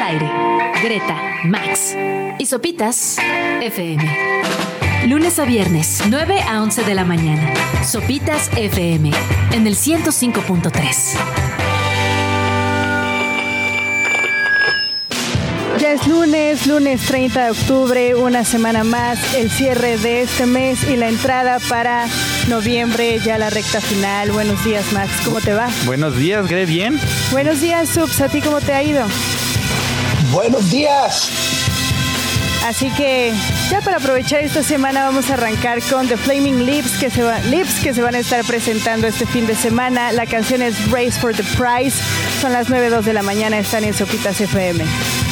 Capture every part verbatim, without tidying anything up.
aire, Greta, Max y Sopitas F M. Lunes a viernes, nueve a once de la mañana. Sopitas F M, en el ciento cinco punto tres. Ya es lunes, lunes treinta de octubre, una semana más, el cierre de este mes y la entrada para noviembre, ya la recta final. Buenos días, Max, ¿cómo te va? Buenos días, Gre, ¿bien? Buenos días, Subs, ¿a ti cómo te ha ido? Buenos días. Así que ya para aprovechar esta semana vamos a arrancar con The Flaming Lips que se va, Lips que se van a estar presentando este fin de semana. La canción es Race for the Prize. Son las nueve dos de la mañana, están en Sopitas F M.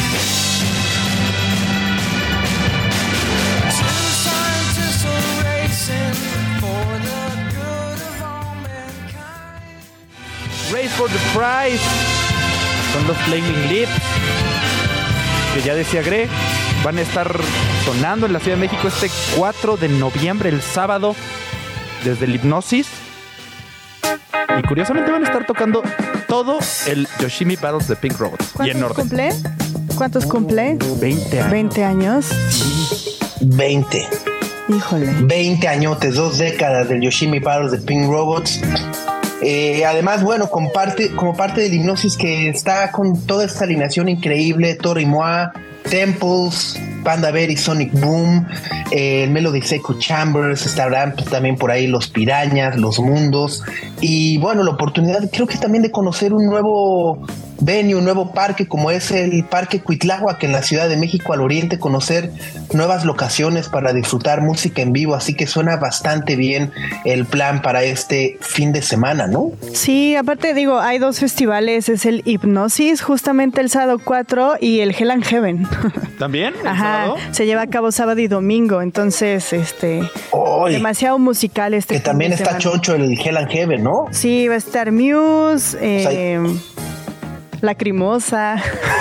Race for the Prize. Son los Flaming Lips, que ya decía Gre, van a estar sonando en la Ciudad de México este cuatro de noviembre, el sábado, desde el Hipnosis. Y curiosamente van a estar tocando todo el Yoshimi Battles de Pink Robots. Y en orden. Cumple? ¿Cuántos cumple? veinte años. veinte años. veinte. Híjole. veinte añotes, dos décadas del Yoshimi Battles de Pink Robots. Eh, además, bueno, comparte, como parte del Hipnosis que está con toda esta alineación increíble, Toro y Moa, Temples, Panda Bear y Sonic Boom, eh, el Melody Seco Chambers, estarán pues, también por ahí los Pirañas, los Mundos, y bueno, la oportunidad creo que también de conocer un nuevo venue, un nuevo parque como es el Parque Cuitláhuac en la Ciudad de México al oriente, conocer nuevas locaciones para disfrutar música en vivo, así que suena bastante bien el plan para este fin de semana, ¿no? Sí, aparte digo, hay dos festivales, es el Hipnosis, justamente el sábado cuatro y el Hell and Heaven. ¿También? ¿El Ajá, sábado? se lleva a cabo sábado y domingo, entonces, este, Oy, demasiado musical este que fin también de está semana. choncho el Hell and Heaven, ¿no? Sí, va a estar Muse, eh, O sea, Lacrimosa.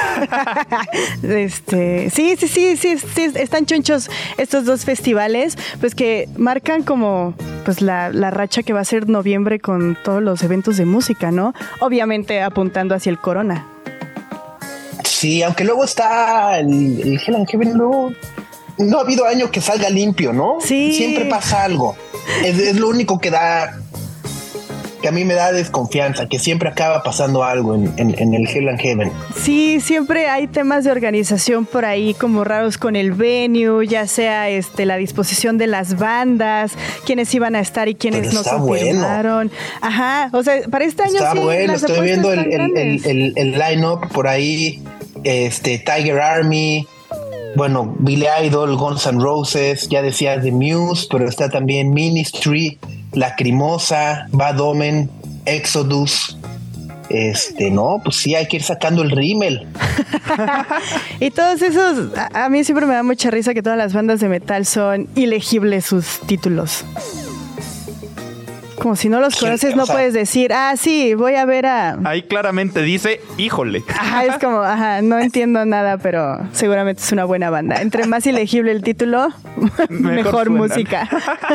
este, sí, sí, sí, sí, sí, están chonchos estos dos festivales, pues que marcan como pues la, la racha que va a ser noviembre con todos los eventos de música, ¿no? Obviamente apuntando hacia el Corona. Sí, aunque luego está el, el Hell and Heaven, luego no ha habido año que salga limpio, ¿no? Sí. Siempre pasa algo. Es, es lo único que da, que a mí me da desconfianza, que siempre acaba pasando algo en, en, en el Hell and Heaven. Sí, siempre hay temas de organización por ahí como raros con el venue, ya sea este la disposición de las bandas, quiénes iban a estar y quiénes Pero no está confirmaron. bueno. Ajá, o sea, para este año Está sí, bueno, las estoy apuestas viendo el, están el, el, grandes. el, el line-up por ahí, este Tiger Army, bueno, Billy Idol, Guns N' Roses, ya decías de Muse, pero está también Ministry, Lacrimosa, Bad Omen, Exodus. Este, no, pues sí, hay que ir sacando el rímel. Y todos esos, a, a mí siempre me da mucha risa que todas las bandas de metal son ilegibles sus títulos. Como si no los Sí, conoces, o no sea, puedes decir, ah, sí, voy a ver a... Ahí claramente dice, híjole. Ajá, es como, ajá, no entiendo nada, pero seguramente es una buena banda. Entre más ilegible el título, mejor, mejor música.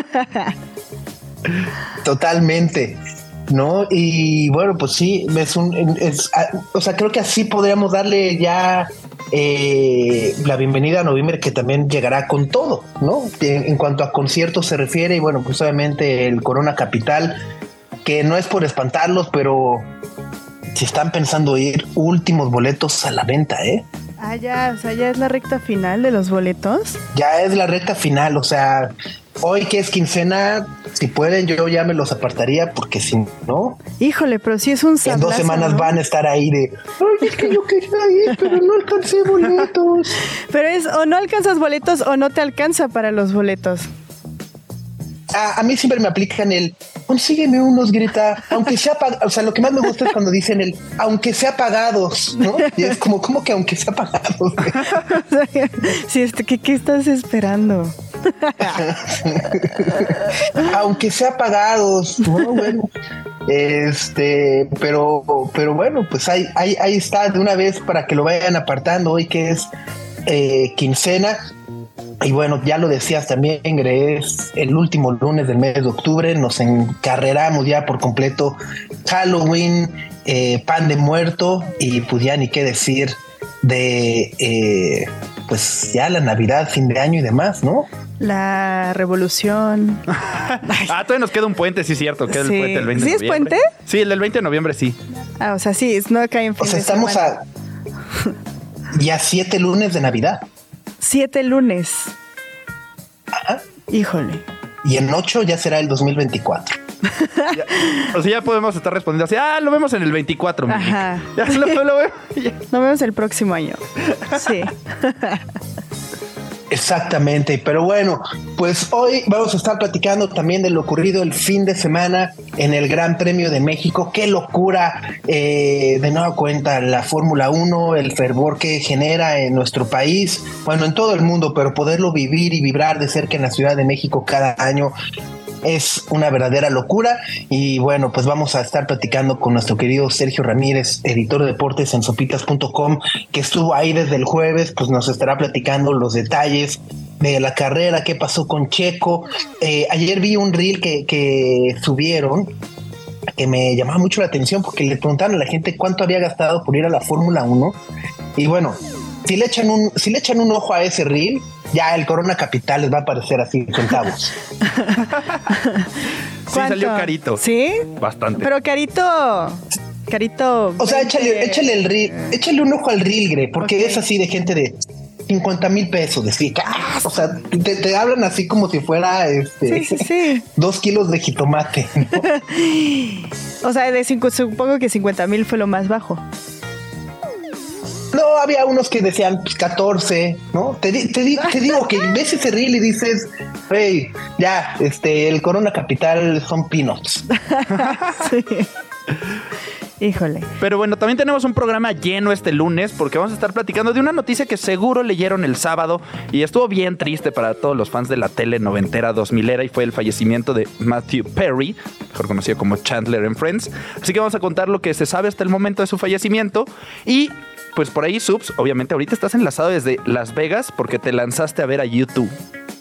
Totalmente, ¿no? Y bueno, pues sí, es un, es, o sea, creo que así podríamos darle ya eh, la bienvenida a noviembre, que también llegará con todo, ¿no? En, en cuanto a conciertos se refiere, y bueno, pues obviamente el Corona Capital, que no es por espantarlos, pero si están pensando ir, últimos boletos a la venta, ¿eh? Ah, ya, o sea, ya es la recta final de los boletos. Ya es la recta final, o sea, hoy que es quincena, si pueden yo ya me los apartaría, porque si no, Híjole, pero sí es un sablazo, en dos semanas, ¿no? van a estar ahí de, ay, es que yo quería ir, pero no alcancé boletos. Pero es o no alcanzas boletos o no te alcanza para los boletos. A, a mí siempre me aplican el, consígueme unos, Greta, aunque sea pagados. O sea, lo que más me gusta es cuando dicen el, aunque sea pagados, ¿no? Y es como, ¿cómo que aunque sea pagados? Sí, este, ¿qué, qué estás esperando? Aunque sea pagados, ¿no? Bueno, este, pero, pero bueno, pues ahí, ahí, ahí está de una vez para que lo vayan apartando hoy que es eh, quincena. Y bueno, ya lo decías también, Gre, es el último lunes del mes de octubre, nos encarreramos ya por completo Halloween, eh, Pan de Muerto, y pues ya ni qué decir de eh, pues ya la Navidad, fin de año y demás, ¿no? La revolución. Ah, todavía nos queda un puente, sí, cierto. Queda sí. el puente el veinte ¿Sí de es noviembre. puente? Sí, el del veinte de noviembre, sí. Ah, o sea, sí, no cae en fin O sea, de estamos semana. a ya siete lunes de Navidad. Siete lunes. Ajá. Híjole. Y en ocho ya será el dos mil veinticuatro. Ya, o sea, ya podemos estar respondiendo así. Ah, lo vemos en el veinticuatro. Mili. Ajá. Ya lo, lo veo. Ya. Nos vemos el próximo año. Sí. Exactamente, pero bueno, pues hoy vamos a estar platicando también de lo ocurrido el fin de semana en el Gran Premio de México. Qué locura, eh, de nueva cuenta, la Fórmula uno, el fervor que genera en nuestro país, bueno, en todo el mundo, pero poderlo vivir y vibrar de cerca en la Ciudad de México cada año es una verdadera locura. Y bueno, pues vamos a estar platicando con nuestro querido Sergio Ramírez, editor de deportes en sopitas punto com, que estuvo ahí desde el jueves. Pues nos estará platicando los detalles de la carrera, qué pasó con Checo. Eh, ayer vi un reel que, que subieron que me llamaba mucho la atención porque le preguntaron a la gente cuánto había gastado por ir a la Fórmula uno. Y bueno, si le echan un, si le echan un ojo a ese reel, ya el Corona Capital les va a aparecer así centavos. Sí, salió carito. ¿Sí? Bastante. Pero carito, carito. O sea, veinte. échale, échale el reel, échale un ojo al reel, Gre, porque Okay. es así de gente de cincuenta mil pesos, de ¡ah! O sea, te, te hablan así como si fuera este, Sí, sí, sí. dos kilos de jitomate, ¿no? O sea, de cinco, supongo que cincuenta mil fue lo más bajo. No, había unos que decían pues, catorce, ¿no? Te, di- te, di- te digo que ves ese reel y dices, hey, ya, este, el Corona Capital son peanuts. Sí. Híjole. Pero bueno, también tenemos un programa lleno este lunes porque vamos a estar platicando de una noticia que seguro leyeron el sábado y estuvo bien triste para todos los fans de la tele noventera, dos milera, y fue el fallecimiento de Matthew Perry, mejor conocido como Chandler en Friends. Así que vamos a contar lo que se sabe hasta el momento de su fallecimiento y pues por ahí, Subs, obviamente ahorita estás enlazado desde Las Vegas porque te lanzaste a ver a YouTube.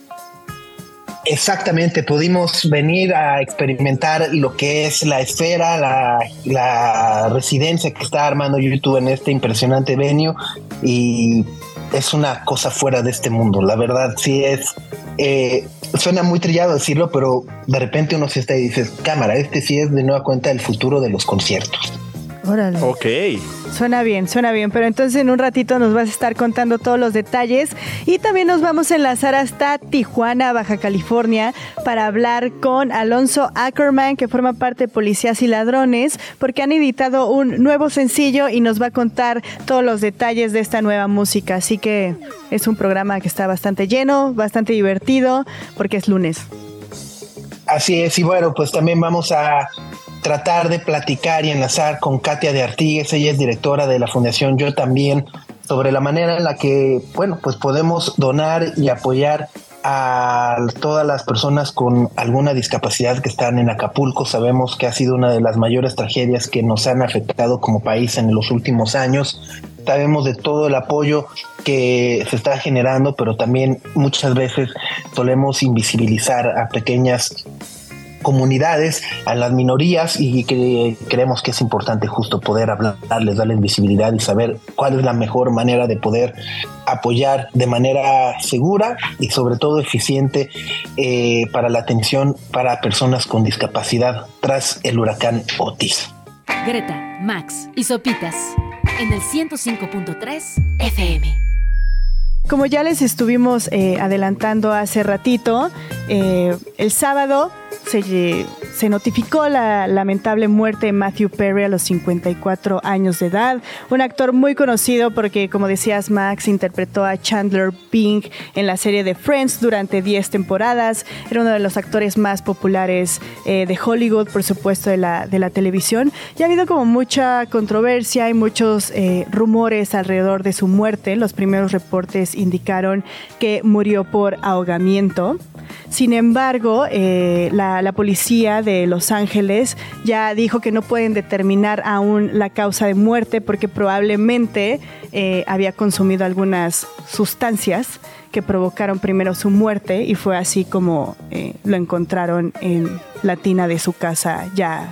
Exactamente, pudimos venir a experimentar lo que es la esfera, la, la residencia que está armando YouTube en este impresionante venue y es una cosa fuera de este mundo. La verdad, sí es, eh, suena muy trillado decirlo, pero de repente uno se está y dices, cámara, este sí es de nueva cuenta el futuro de los conciertos. Órale. Ok. Suena bien, suena bien, pero entonces en un ratito nos vas a estar contando todos los detalles y también nos vamos a enlazar hasta Tijuana, Baja California, para hablar con Alonso Ackerman, que forma parte de Policías y Ladrones, porque han editado un nuevo sencillo y nos va a contar todos los detalles de esta nueva música. Así que es un programa que está bastante lleno, bastante divertido, porque es lunes. Así es, y bueno, pues también vamos a tratar de platicar y enlazar con Katia de Artigues. Ella es directora de la Fundación Yo También, sobre la manera en la que, bueno, pues podemos donar y apoyar a todas las personas con alguna discapacidad que están en Acapulco. Sabemos que ha sido una de las mayores tragedias que nos han afectado como país en los últimos años. Sabemos de todo el apoyo que se está generando, pero también muchas veces solemos invisibilizar a pequeñas comunidades, a las minorías, y que creemos que es importante justo poder hablarles, darles visibilidad y saber cuál es la mejor manera de poder apoyar de manera segura y sobre todo eficiente eh, para la atención para personas con discapacidad tras el huracán Otis. Greta, Max y Sopitas en el ciento cinco punto tres F M. Como ya les estuvimos eh, adelantando hace ratito, eh, el sábado se, se notificó la lamentable muerte de Matthew Perry a los cincuenta y cuatro años de edad. Un actor muy conocido porque, como decías, Max, interpretó a Chandler Bing en la serie de Friends durante diez temporadas. Era uno de los actores más populares eh, de Hollywood, por supuesto, de la, de la televisión. Y ha habido como mucha controversia y muchos eh, rumores alrededor de su muerte. Los primeros reportes indicaron que murió por ahogamiento. Sin embargo, eh, la, la policía de Los Ángeles ya dijo que no pueden determinar aún la causa de muerte porque probablemente eh, había consumido algunas sustancias que provocaron primero su muerte y fue así como eh, lo encontraron en la tina de su casa ya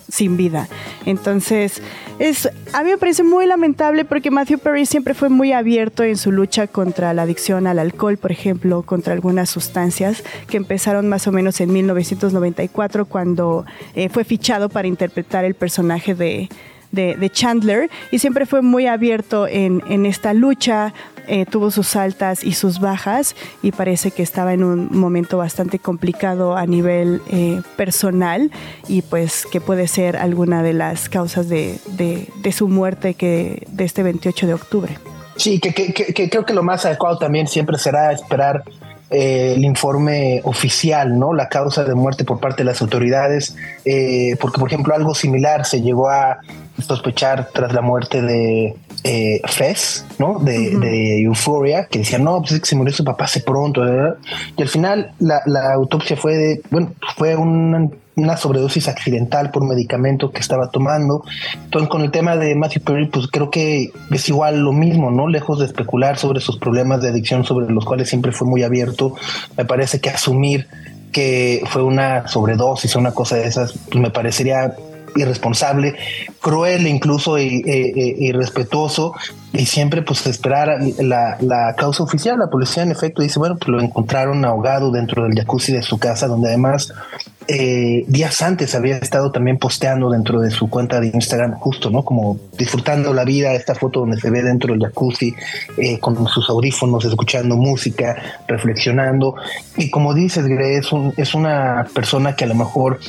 sin vida. Entonces, es, a mí me parece muy lamentable porque Matthew Perry siempre fue muy abierto en su lucha contra la adicción al alcohol, por ejemplo, contra algunas sustancias que empezaron más o menos en mil novecientos noventa y cuatro cuando eh, fue fichado para interpretar el personaje de, de, de Chandler, y siempre fue muy abierto en, en esta lucha. Eh, tuvo sus altas y sus bajas y parece que estaba en un momento bastante complicado a nivel eh, personal, y pues que puede ser alguna de las causas de, de, de su muerte que de este veintiocho de octubre. Sí, que, que, que, que creo que lo más adecuado también siempre será esperar eh, el informe oficial, ¿no? La causa de muerte por parte de las autoridades, eh, porque por ejemplo algo similar se llegó a sospechar tras la muerte de eh, Fez, ¿no? De, uh-huh. de Euphoria, que decían, no, pues es que se murió su papá hace pronto, ¿verdad? Y al final la, la autopsia fue de, bueno, fue una, una sobredosis accidental por medicamento que estaba tomando. Entonces, con el tema de Matthew Perry, pues creo que es igual lo mismo, ¿no? Lejos de especular sobre sus problemas de adicción, sobre los cuales siempre fue muy abierto, me parece que asumir que fue una sobredosis o una cosa de esas, pues me parecería irresponsable, cruel, incluso y, e, e, irrespetuoso, y siempre pues esperar la, la causa oficial. La policía en efecto dice, bueno, pues lo encontraron ahogado dentro del jacuzzi de su casa, donde además eh, días antes había estado también posteando dentro de su cuenta de Instagram, justo, ¿no? Como disfrutando la vida, esta foto donde se ve dentro del jacuzzi eh, con sus audífonos, escuchando música, reflexionando. Y como dices, Gre, es, un, es una persona que a lo mejor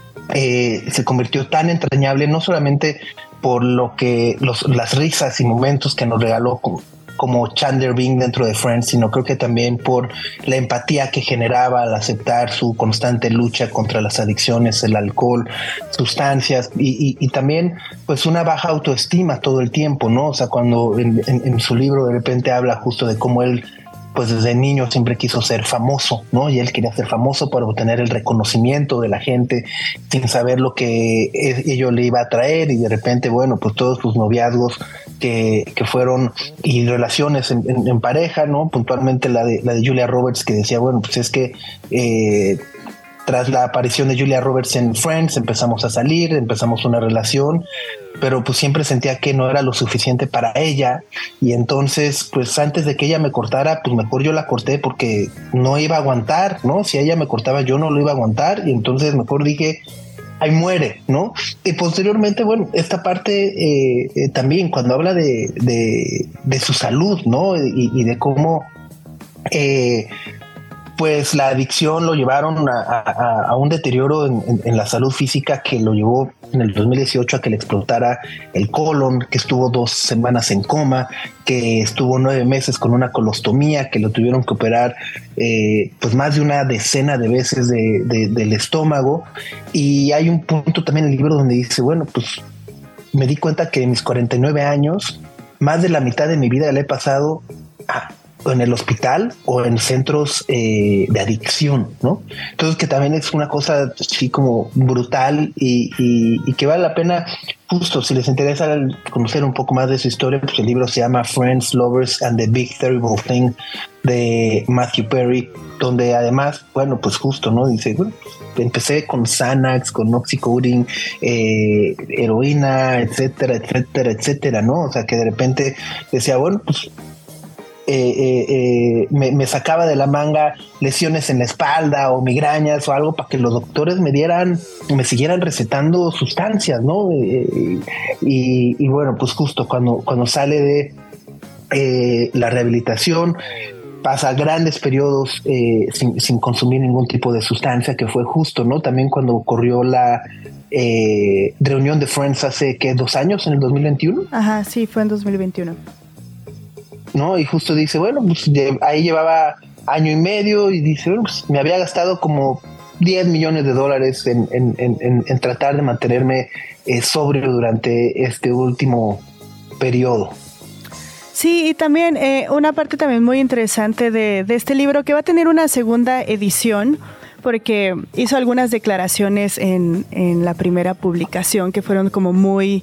Eh, se convirtió tan entrañable, no solamente por lo que los, las risas y momentos que nos regaló como, como Chandler Bing dentro de Friends, sino creo que también por la empatía que generaba al aceptar su constante lucha contra las adicciones, el alcohol, sustancias, y, y, y también pues una baja autoestima todo el tiempo, ¿no? O sea, cuando en, en, en su libro de repente habla justo de cómo él pues desde niño siempre quiso ser famoso, ¿no? Y él quería ser famoso para obtener el reconocimiento de la gente sin saber lo que ello le iba a traer, y de repente, bueno, pues todos sus noviazgos que, que fueron y relaciones en, en, en pareja, ¿no? Puntualmente la de, la de Julia Roberts, que decía, bueno, pues es que eh, tras la aparición de Julia Roberts en Friends empezamos a salir, empezamos una relación, pero pues siempre sentía que no era lo suficiente para ella, y entonces pues antes de que ella me cortara, pues mejor yo la corté porque no iba a aguantar, ¿no? Si ella me cortaba yo no lo iba a aguantar, y entonces mejor dije, ahí muere, ¿no? Y posteriormente, bueno, esta parte eh, eh, también cuando habla de, de, de su salud, ¿no? Y, y de cómo eh, pues la adicción lo llevaron a, a, a un deterioro en, en, en la salud física que lo llevó en el dos mil dieciocho a que le explotara el colon, que estuvo dos semanas en coma, que estuvo nueve meses con una colostomía, que lo tuvieron que operar eh, pues más de una decena de veces de, de, del estómago. Y hay un punto también en el libro donde dice, bueno, pues me di cuenta que en mis cuarenta y nueve años, más de la mitad de mi vida la he pasado a en el hospital o en centros eh, de adicción, ¿no? Entonces que también es una cosa así como brutal y, y, y que vale la pena, justo si les interesa conocer un poco más de su historia, pues el libro se llama Friends, Lovers and the Big Terrible Thing de Matthew Perry, donde además, bueno, pues justo, ¿no? Dice, bueno, empecé con Xanax, con Oxycodone, eh, heroína, etcétera, etcétera, etcétera, ¿no? O sea que de repente decía, bueno, pues Eh, eh, eh, me, me sacaba de la manga lesiones en la espalda o migrañas o algo para que los doctores me dieran, me siguieran recetando sustancias, ¿no? Eh, y, y bueno, pues justo cuando, cuando sale de eh, la rehabilitación, pasa grandes periodos eh, sin, sin consumir ningún tipo de sustancia, que fue justo, ¿no? También cuando ocurrió la eh, reunión de Friends hace, ¿qué? ¿Dos años? ¿En el dos mil veintiuno? Ajá, sí, fue en dos mil veintiuno. ¿No? Y justo dice, bueno, pues de, ahí llevaba año y medio y dice, bueno, pues me había gastado como diez millones de dólares en, en, en, en tratar de mantenerme eh, sobrio durante este último periodo. Sí, y también eh, una parte también muy interesante de, de este libro, que va a tener una segunda edición, porque hizo algunas declaraciones en, en la primera publicación que fueron como muy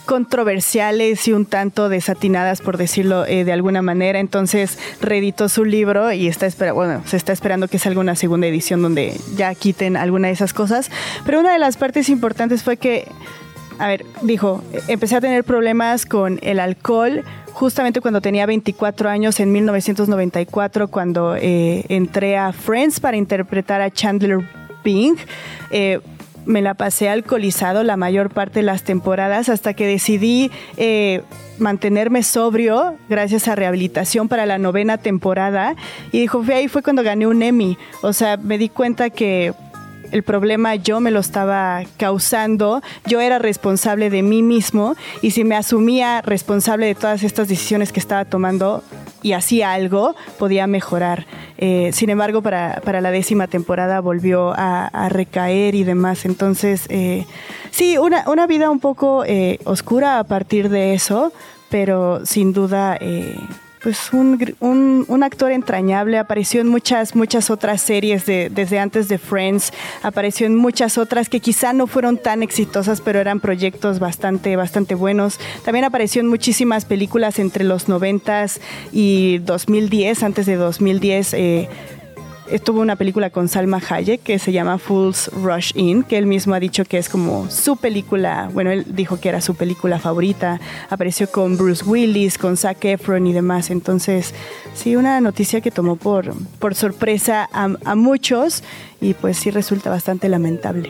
controversiales y un tanto desatinadas, por decirlo eh, de alguna manera. Entonces reeditó su libro y está espera, bueno, se está esperando que salga una segunda edición donde ya quiten alguna de esas cosas. Pero una de las partes importantes fue que, a ver, dijo, empecé a tener problemas con el alcohol justamente cuando tenía veinticuatro años, en mil novecientos noventa y cuatro, cuando eh, entré a Friends para interpretar a Chandler Bing. Eh, me la pasé alcoholizado la mayor parte de las temporadas hasta que decidí eh, mantenerme sobrio gracias a rehabilitación para la novena temporada. Y dijo, ahí fue cuando gané un Emmy. O sea, me di cuenta que el problema yo me lo estaba causando, yo era responsable de mí mismo, y si me asumía responsable de todas estas decisiones que estaba tomando y hacía algo, podía mejorar. Eh, sin embargo, para, para la décima temporada volvió a, a recaer y demás. Entonces, eh, sí, una, una vida un poco eh, oscura a partir de eso, pero sin duda... Eh, pues un, un, un actor entrañable. Apareció en muchas, muchas otras series de, desde antes de Friends, apareció en muchas otras que quizá no fueron tan exitosas, pero eran proyectos bastante, bastante buenos. También apareció en muchísimas películas entre los noventas y dos mil diez, antes de dos mil diez, eh, estuvo una película con Salma Hayek que se llama Fools Rush In, que él mismo ha dicho que es como su película, bueno, él dijo que era su película favorita. Apareció con Bruce Willis, con Zac Efron y demás. Entonces, sí, una noticia que tomó por, por sorpresa a, a muchos, y pues sí resulta bastante lamentable.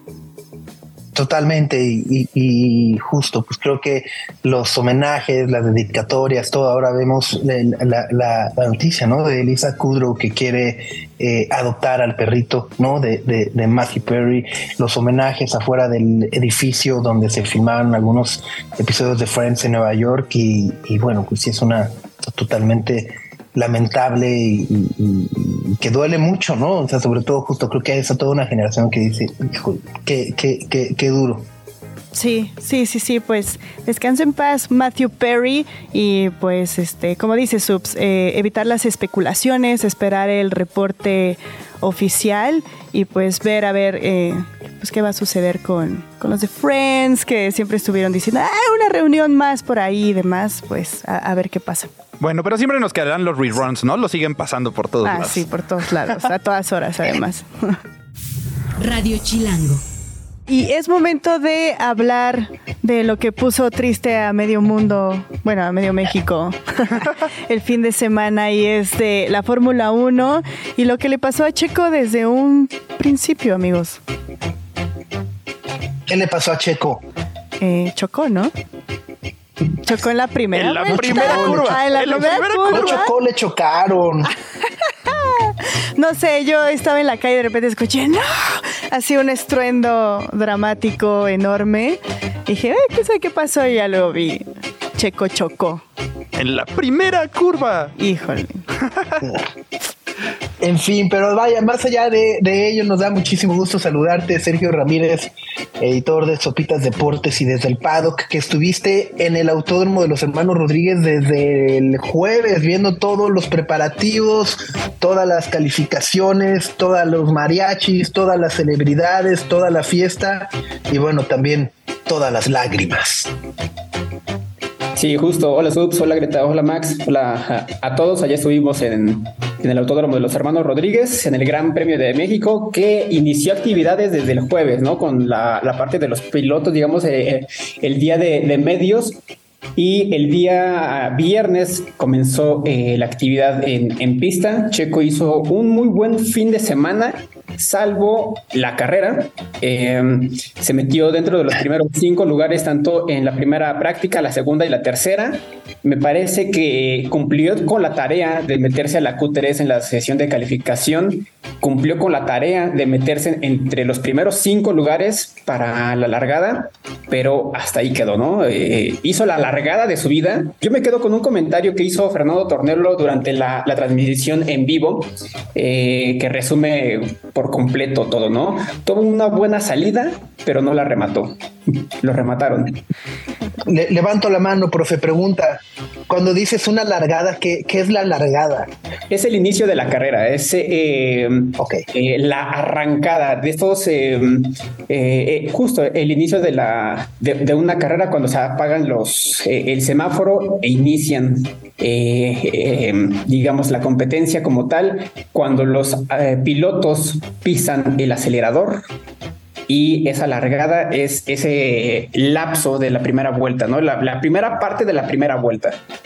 Totalmente, y, y, y justo, pues creo que los homenajes, las dedicatorias, todo, ahora vemos la, la, la, la noticia, ¿no? De Lisa Kudrow, que quiere eh, adoptar al perrito, ¿no? De, de, de Matthew Perry, los homenajes afuera del edificio donde se filmaron algunos episodios de Friends en Nueva York, y, y bueno, pues sí es una totalmente lamentable y, y, y que duele mucho, ¿no? O sea, sobre todo justo creo que hay esa toda una generación que dice, hijo, qué, qué, qué, qué duro. Sí, sí, sí, sí, pues descansa en paz Matthew Perry, y pues este, como dice Subs, eh, evitar las especulaciones, esperar el reporte oficial y pues ver a ver eh, pues qué va a suceder con, con los de Friends, que siempre estuvieron diciendo, ah, una reunión más por ahí y demás, pues a, a ver qué pasa. Bueno, pero siempre nos quedarán los reruns, ¿no? Lo siguen pasando por todos ah, lados. Ah, sí, por todos lados, a todas horas además. Radio Chilango. Y es momento de hablar de lo que puso triste a medio mundo, bueno, a medio México, el fin de semana, y es de la Fórmula uno y lo que le pasó a Checo desde un principio, amigos. ¿Qué le pasó a Checo? Eh, chocó, ¿no? Chocó en la primera En la primera curva. Ah, en la, en la primera, primera curva. No chocó, le chocaron. No sé, yo estaba en la calle y de repente escuché, ¡no! Así un estruendo dramático enorme. Dije, eh, ¿qué sé qué pasó? Y ya luego vi, Checo chocó. En la primera curva. Híjole. En fin, pero vaya, más allá de, de ello, nos da muchísimo gusto saludarte, Sergio Ramírez, editor de Sopitas Deportes y desde el Paddock, que estuviste en el Autódromo de los Hermanos Rodríguez desde el jueves, viendo todos los preparativos, todas las calificaciones, todos los mariachis, todas las celebridades, toda la fiesta y bueno, también todas las lágrimas. Sí, justo. Hola Subs, hola Greta, hola Max, hola a, a todos. Allá estuvimos en, en el Autódromo de los Hermanos Rodríguez, en el Gran Premio de México, que inició actividades desde el jueves, ¿no? Con la, la parte de los pilotos, digamos, eh, el día de, de medios. Y el día viernes comenzó eh, la actividad en, en pista. Checo hizo un muy buen fin de semana, salvo la carrera. Eh, se metió dentro de los primeros cinco lugares, tanto en la primera práctica, la segunda y la tercera. Me parece que cumplió con la tarea de meterse a la Q tres en la sesión de calificación. Cumplió con la tarea de meterse entre los primeros cinco lugares para la largada, pero hasta ahí quedó, ¿no? Eh, hizo la largada de su vida. Yo me quedo con un comentario que hizo Fernando Tornello durante la, la transmisión en vivo, eh, que resume por completo todo, ¿no? Tuvo una buena salida, pero no la remató. Lo remataron. Le, levanto la mano, profe, pregunta. Cuando dices una largada, ¿qué, qué es la largada? Es el inicio de la carrera, es eh, okay. eh, la arrancada de estos, eh, eh, justo el inicio de, la, de, de una carrera cuando se apagan los, eh, el semáforo e inician, eh, eh, digamos, la competencia como tal, cuando los eh, pilotos pisan el acelerador. Y esa largada es ese lapso de la primera vuelta, ¿no? La, la primera parte de la primera vuelta.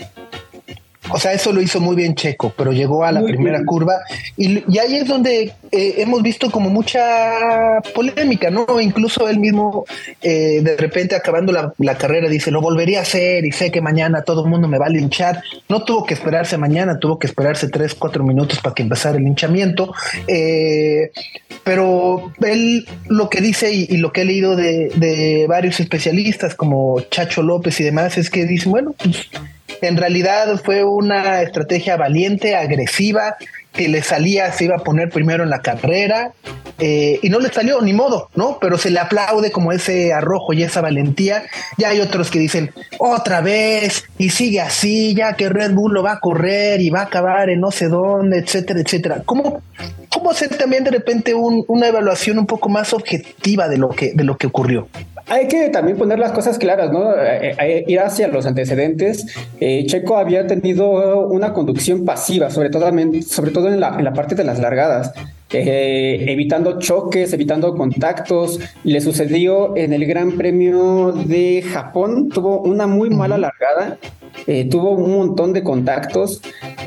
O sea, eso lo hizo muy bien Checo, pero llegó a la muy primera bien. curva y, y ahí es donde eh, hemos visto como mucha polémica, ¿no? Incluso él mismo eh, de repente acabando la, la carrera dice, lo volvería a hacer y sé que mañana todo el mundo me va a linchar. No tuvo que esperarse mañana, tuvo que esperarse tres, cuatro minutos para que empezara el linchamiento. Eh, pero él lo que dice y, y lo que he leído de, de varios especialistas como Chacho López y demás es que dicen, bueno, pues en realidad fue una estrategia valiente, agresiva, que le salía, se iba a poner primero en la carrera eh, y no le salió, ni modo, ¿no? Pero se le aplaude como ese arrojo y esa valentía. Ya hay otros que dicen, otra vez, y sigue así, ya que Red Bull lo va a correr y va a acabar en no sé dónde, etcétera, etcétera. ¿Cómo, cómo hacer también de repente un, una evaluación un poco más objetiva de lo que, de lo que ocurrió? Hay que también poner las cosas claras, ¿no? Eh, ir hacia los antecedentes. Eh, Checo había tenido una conducción pasiva, sobre todo, sobre todo en, la, en la parte de las largadas, eh, evitando choques, evitando contactos. Le sucedió en el Gran Premio de Japón, tuvo una muy mala largada, eh, tuvo un montón de contactos.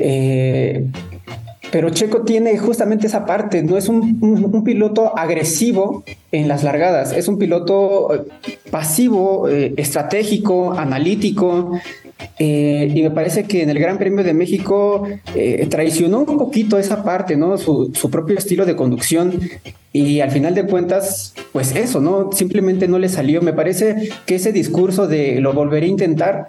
Eh, Pero Checo tiene justamente esa parte, no es un, un, un piloto agresivo en las largadas, es un piloto pasivo, eh, estratégico, analítico, eh, y me parece que en el Gran Premio de México eh, traicionó un poquito esa parte, ¿no? Su, su propio estilo de conducción. Y al final de cuentas, pues eso, ¿no? Simplemente no le salió. Me parece que ese discurso de lo volveré a intentar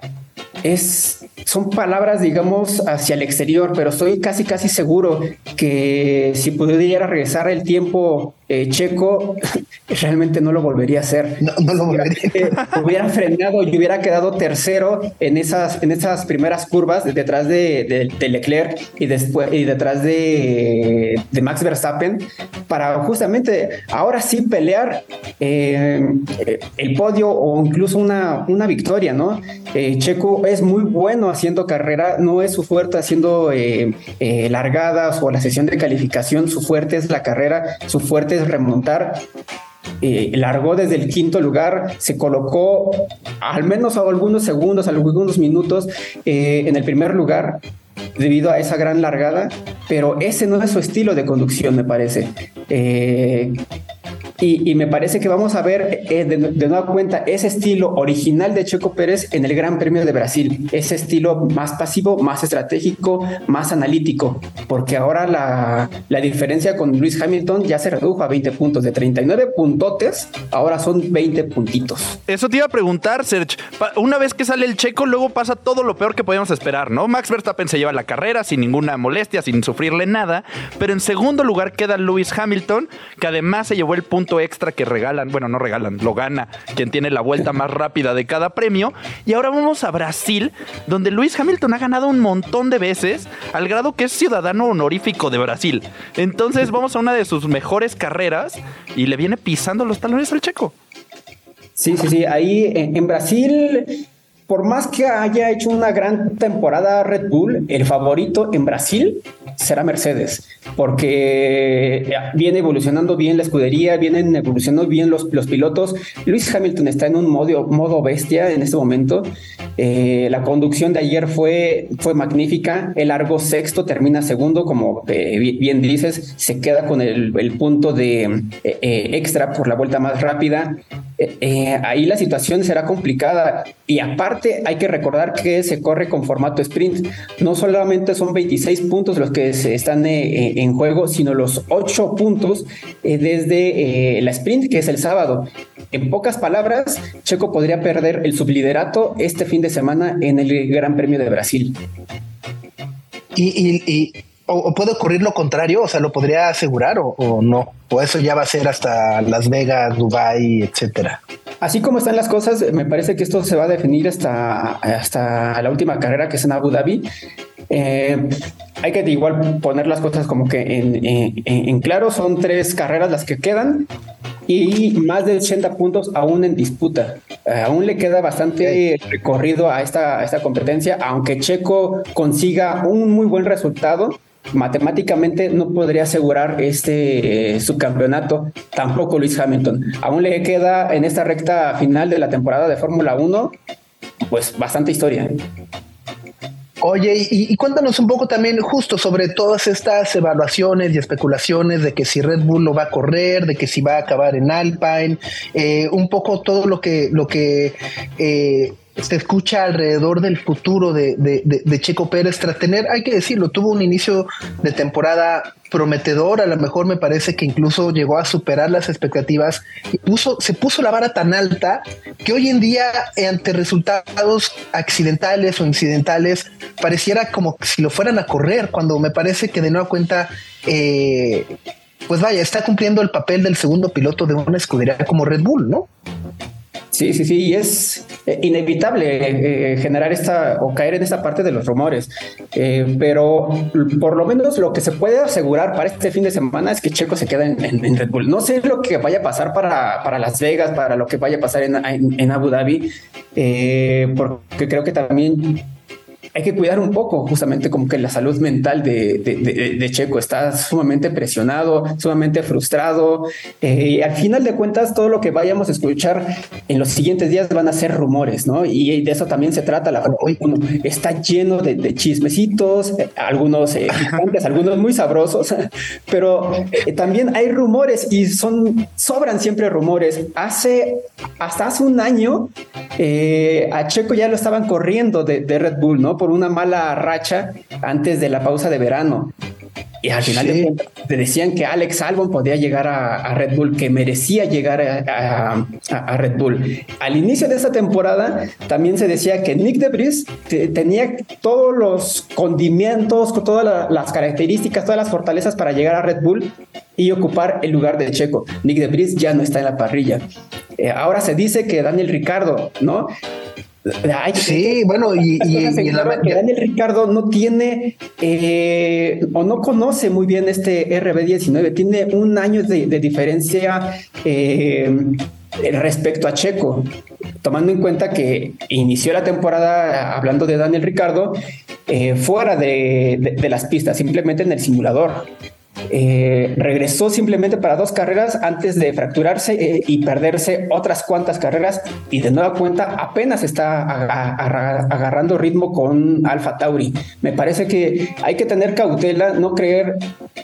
es, son palabras, digamos, hacia el exterior, pero estoy casi, casi seguro que si pudiera regresar el tiempo eh, Checo, realmente no lo volvería a hacer. No, no lo volvería. Hubiera frenado y hubiera quedado tercero en esas, en esas primeras curvas, detrás de, de, de Leclerc y, después, y detrás de, de Max Verstappen, para justamente ahora sí pelear eh, el podio o incluso una, una victoria, ¿no? Eh, Checo es muy bueno haciendo carrera, no es su fuerte haciendo eh, eh, largadas o la sesión de calificación, su fuerte es la carrera, su fuerte es remontar. Eh, largó desde el quinto lugar, se colocó al menos a algunos segundos, a algunos minutos eh, en el primer lugar debido a esa gran largada, pero ese no es su estilo de conducción, me parece. Eh, Y, y me parece que vamos a ver eh, de, de nueva cuenta ese estilo original de Checo Pérez en el Gran Premio de Brasil, ese estilo más pasivo, más estratégico, más analítico, porque ahora la, la diferencia con Lewis Hamilton ya se redujo a veinte puntos, de treinta y nueve puntotes, ahora son veinte puntitos. Eso te iba a preguntar, Serge. Una vez que sale el Checo, luego pasa todo lo peor que podíamos esperar, ¿no? Max Verstappen se lleva la carrera sin ninguna molestia, sin sufrirle nada, pero en segundo lugar queda Lewis Hamilton, que además se llevó el punto extra que regalan, bueno, no regalan, lo gana quien tiene la vuelta más rápida de cada premio. Y ahora vamos a Brasil, donde Lewis Hamilton ha ganado un montón de veces, al grado que es ciudadano honorífico de Brasil. Entonces vamos a una de sus mejores carreras y le viene pisando los talones al Checo. Sí, sí, sí, ahí en, en Brasil, por más que haya hecho una gran temporada Red Bull, el favorito en Brasil será Mercedes, porque viene evolucionando bien la escudería, vienen evolucionando bien los, los pilotos. Lewis Hamilton está en un modo, modo bestia en este momento. Eh, la conducción de ayer fue, fue magnífica, el largo sexto, termina segundo, como eh, bien dices, se queda con el, el punto de eh, eh, extra por la vuelta más rápida. Eh, eh, ahí la situación será complicada, y aparte hay que recordar que se corre con formato sprint. No solamente son veintiséis puntos los que se están eh, en juego, sino los ocho puntos eh, desde eh, la sprint, que es el sábado. En pocas palabras, Checo podría perder el subliderato este fin de semana en el Gran Premio de Brasil. Y, y, y o, o puede ocurrir lo contrario, o sea, ¿lo podría asegurar o, o no? O eso ya va a ser hasta Las Vegas, Dubái, etcétera. Así como están las cosas, me parece que esto se va a definir hasta, hasta la última carrera, que es en Abu Dhabi. Eh, hay que igual poner las cosas como que en, en, en claro. Son tres carreras las que quedan y más de ochenta puntos aún en disputa. Eh, aún le queda bastante recorrido a esta, a esta competencia, aunque Checo consiga un muy buen resultado. Matemáticamente no podría asegurar este eh, subcampeonato, tampoco Lewis Hamilton. Aún le queda en esta recta final de la temporada de Fórmula uno, pues bastante historia. Oye, y, y cuéntanos un poco también justo sobre todas estas evaluaciones y especulaciones de que si Red Bull lo va a correr, de que si va a acabar en Alpine, eh, un poco todo lo que, lo que eh, se escucha alrededor del futuro de, de, de, de Checo Pérez. Tras tener, hay que decirlo, tuvo un inicio de temporada prometedor, a lo mejor me parece que incluso llegó a superar las expectativas y puso, se puso la vara tan alta que hoy en día, ante resultados accidentales o incidentales, pareciera como si lo fueran a correr, cuando me parece que de nueva cuenta eh, pues vaya, está cumpliendo el papel del segundo piloto de una escudería como Red Bull, ¿no? Sí, sí, sí, y es eh, inevitable eh, generar esta o caer en esta parte de los rumores, eh, pero por lo menos lo que se puede asegurar para este fin de semana es que Checo se queda en, en, en Red Bull. No sé lo que vaya a pasar para, para Las Vegas, para lo que vaya a pasar en, en, en Abu Dhabi, eh, porque creo que también hay que cuidar un poco justamente como que la salud mental de, de, de, de Checo. Está sumamente presionado, sumamente frustrado, eh, y al final de cuentas todo lo que vayamos a escuchar en los siguientes días van a ser rumores, ¿no? Y de eso también se trata la Fórmula uno. Está lleno de, de chismecitos, eh, algunos eh, picantes, algunos muy sabrosos, pero eh, también hay rumores y son sobran siempre rumores. Hace hasta hace un año eh, a Checo ya lo estaban corriendo de, de Red Bull, ¿no? Por una mala racha antes de la pausa de verano. Y al final sí. Te decían que Alex Albon podía llegar a, a Red Bull, que merecía llegar a, a, a Red Bull. Al inicio de esta temporada también se decía que Nick de Vries te, tenía todos los condimentos, todas la, las características, todas las fortalezas para llegar a Red Bull y ocupar el lugar de Checo. Nick de Vries ya no está en la parrilla. Eh, ahora se dice que Daniel Ricciardo, ¿no? Ay, sí, bueno, y, y, y en la... que Daniel Ricciardo no tiene eh, o no conoce muy bien este R B diecinueve, tiene un año de, de diferencia eh, respecto a Checo, tomando en cuenta que inició la temporada, hablando de Daniel Ricciardo, eh, fuera de, de, de las pistas, simplemente en el simulador. Eh, regresó simplemente para dos carreras antes de fracturarse eh, y perderse otras cuantas carreras, y de nueva cuenta apenas está a, a, agarrando ritmo con Alfa Tauri. Me parece que hay que tener cautela, no creer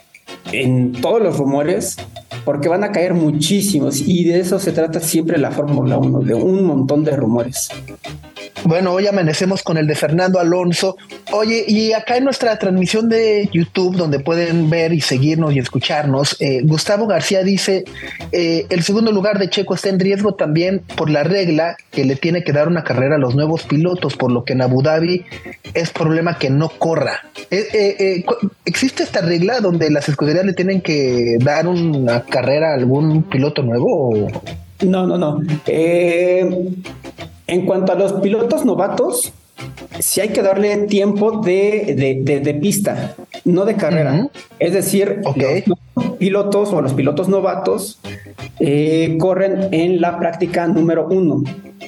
en todos los rumores, porque van a caer muchísimos, y de eso se trata siempre la Fórmula uno, de un montón de rumores. Bueno, hoy amanecemos con el de Fernando Alonso. Oye, y acá en nuestra transmisión de YouTube, donde pueden ver y seguirnos y escucharnos, eh, Gustavo García dice, eh, el segundo lugar de Checo está en riesgo también por la regla que le tiene que dar una carrera a los nuevos pilotos, por lo que en Abu Dhabi es problema que no corra. Eh, eh, eh, ¿Existe esta regla donde las escuderías le tienen que dar una carrera a algún piloto nuevo? O? No, no, no. Eh... En cuanto a los pilotos novatos, sí hay que darle tiempo de, de, de, de pista, no de carrera. Uh-huh. Es decir, okay. Los pilotos o los pilotos novatos eh, corren en la práctica número uno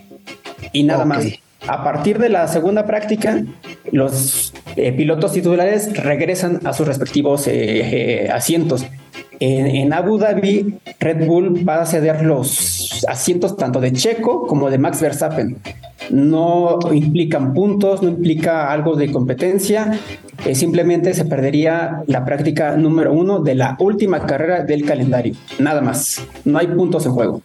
y nada okay. más. A partir de la segunda práctica, los eh, pilotos titulares regresan a sus respectivos eh, eh, asientos. En, en Abu Dhabi, Red Bull va a ceder los asientos tanto de Checo como de Max Verstappen. No implican puntos, no implica algo de competencia, eh, simplemente se perdería la práctica número uno de la última carrera del calendario. Nada más, no hay puntos en juego.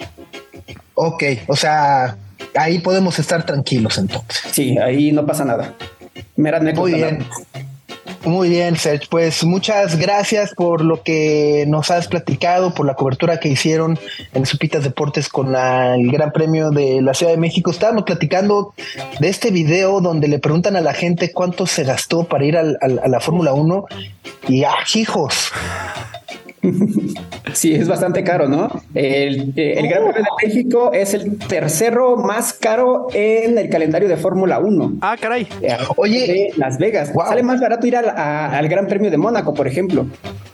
Ok, o sea, ahí podemos estar tranquilos entonces. Sí, ahí no pasa nada. Mera anécdota. Muy bien. Muy bien, Serge. Pues muchas gracias por lo que nos has platicado, por la cobertura que hicieron en Sopitas Deportes con la, el Gran Premio de la Ciudad de México. Estábamos platicando de este video donde le preguntan a la gente cuánto se gastó para ir al, al, a la Fórmula uno y ¡ah, hijos! Sí, es bastante caro, ¿no? El, el Gran Premio de México es el tercero más caro en el calendario de Fórmula uno. Ah, caray. Oye, de Las Vegas. Wow. Sale más barato ir a, a, al Gran Premio de Mónaco, por ejemplo.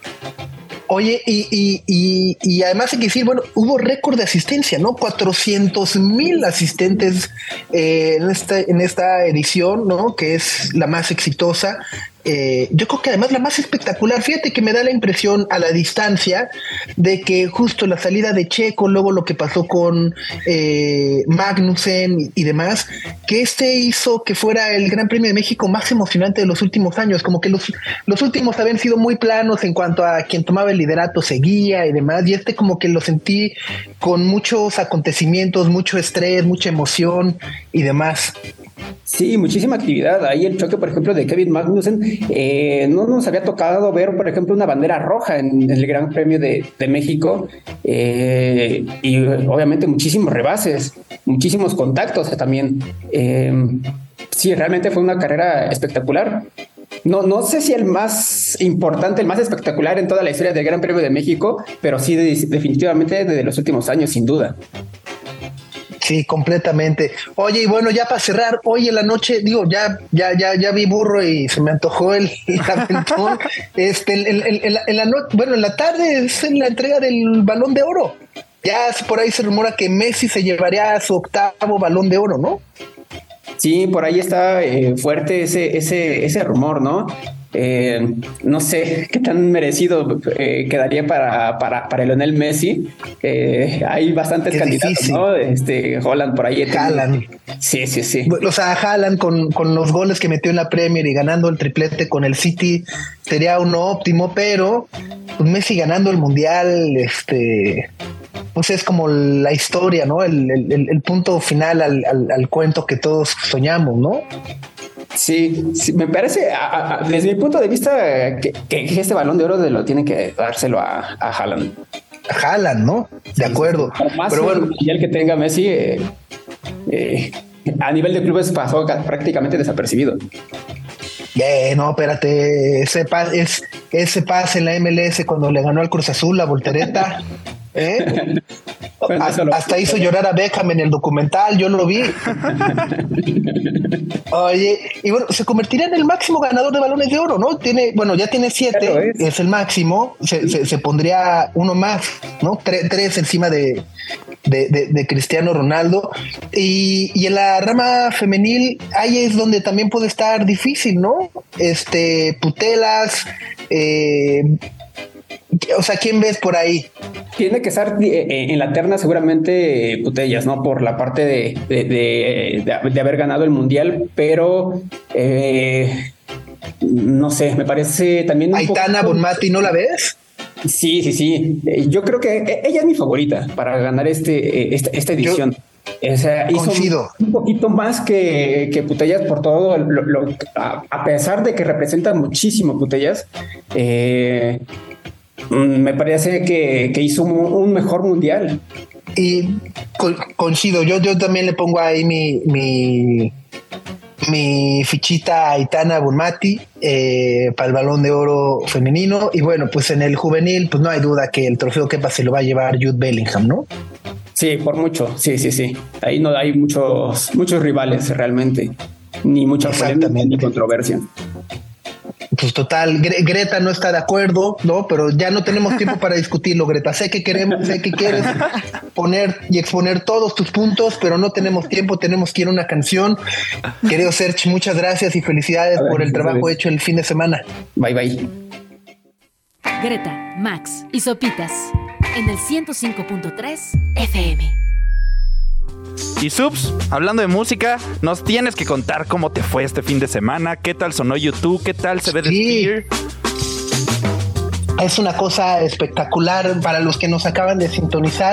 Oye, y, y, y, y además hay que decir, bueno, hubo récord de asistencia, ¿no? cuatrocientos mil asistentes eh, en, esta, en esta edición, ¿no? Que es la más exitosa. Eh, yo creo que además la más espectacular, fíjate que me da la impresión a la distancia de que justo la salida de Checo, luego lo que pasó con eh, Magnussen y, y demás, que este hizo que fuera el Gran Premio de México más emocionante de los últimos años, como que los, los últimos habían sido muy planos en cuanto a quien tomaba el liderato seguía y demás, y este como que lo sentí con muchos acontecimientos, mucho estrés, mucha emoción y demás. Sí, muchísima actividad. Ahí el choque, por ejemplo, de Kevin Magnussen, eh, no nos había tocado ver, por ejemplo, una bandera roja en, en el Gran Premio de, de México, eh, y obviamente muchísimos rebases, muchísimos contactos también. Eh, sí, realmente fue una carrera espectacular. No, no sé si el más importante, el más espectacular en toda la historia del Gran Premio de México, pero sí de, definitivamente de los últimos años, sin duda. Sí, completamente. Oye, y bueno, ya para cerrar, hoy en la noche, digo, ya, ya, ya, ya vi burro y se me antojó el, el aventón. este, el, el, el, el, en la no, bueno, en la tarde es la entrega del Balón de Oro. Ya por ahí se rumora que Messi se llevaría su octavo Balón de Oro, ¿no? Sí, por ahí está eh, fuerte ese, ese, ese rumor, ¿no? Eh, no sé qué tan merecido eh, quedaría para, para, para Lionel Messi. Eh, hay bastantes es candidatos, difícil, ¿no? Este, Haaland por ahí. Haaland. Sí, sí, sí. O sea, Haaland con, con los goles que metió en la Premier y ganando el triplete con el City sería uno óptimo, pero pues Messi ganando el Mundial, este... pues es como la historia, ¿no? El, el, el punto final al, al, al cuento que todos soñamos, ¿no? Sí, sí, me parece, a, a, desde mi punto de vista, que, que este Balón de Oro de lo tiene que dárselo a, a Haaland. A Haaland, ¿no? De acuerdo. Sí, más pero bueno, y el que tenga Messi, eh, eh, a nivel de clubes pasó prácticamente desapercibido. Eh, no, espérate, ese pase, es, ese pase en la M L S cuando le ganó al Cruz Azul, la voltereta. ¿Eh? Bueno, hasta, lo... hasta hizo llorar a Beckham en el documental, yo lo vi. Oye, y bueno, se convertiría en el máximo ganador de balones de oro, ¿no? Tiene, bueno, ya tiene siete, claro, es. es el máximo, se, se, se pondría uno más, ¿no? Tres, tres encima de, de, de, de Cristiano Ronaldo. Y, y en la rama femenil, ahí es donde también puede estar difícil, ¿no? Este, Putellas, eh, o sea, ¿quién ves por ahí? Tiene que estar en la terna seguramente Putellas, ¿no? Por la parte de, de, de, de, de haber ganado el Mundial, pero eh, no sé, me parece también... Aitana poco... Bonmati, ¿no la ves? Sí, sí, sí. Yo creo que ella es mi favorita para ganar este, esta, esta edición. Yo... O sea, hizo Coincido. un poquito más que, que Putellas por todo, lo, lo, a, a pesar de que representa muchísimo Putellas, eh, me parece que, que hizo un, un mejor mundial. Y co coincido, yo, yo también le pongo ahí mi, mi, mi fichita a Aitana Bonmati eh, para el Balón de Oro femenino. Y bueno, pues en el juvenil, pues no hay duda que el trofeo Kepa se lo va a llevar Jude Bellingham, ¿no? Sí, por mucho, sí, sí, sí. Ahí no hay muchos, muchos rivales realmente, ni mucha polémica ni controversia. Pues total, Gre Greta no está de acuerdo, ¿no? Pero ya no tenemos tiempo para discutirlo, Greta. Sé que queremos, sé que quieres poner y exponer todos tus puntos, pero no tenemos tiempo, tenemos que ir a una canción. Querido Serge, muchas gracias y felicidades ver, por el trabajo sabes. hecho el fin de semana. Bye, bye. Greta, Max y Sopitas en el ciento cinco punto tres F M. Y Subs, hablando de música, nos tienes que contar cómo te fue este fin de semana, qué tal sonó YouTube, qué tal se ve The sí. Sphere. Es una cosa espectacular para los que nos acaban de sintonizar.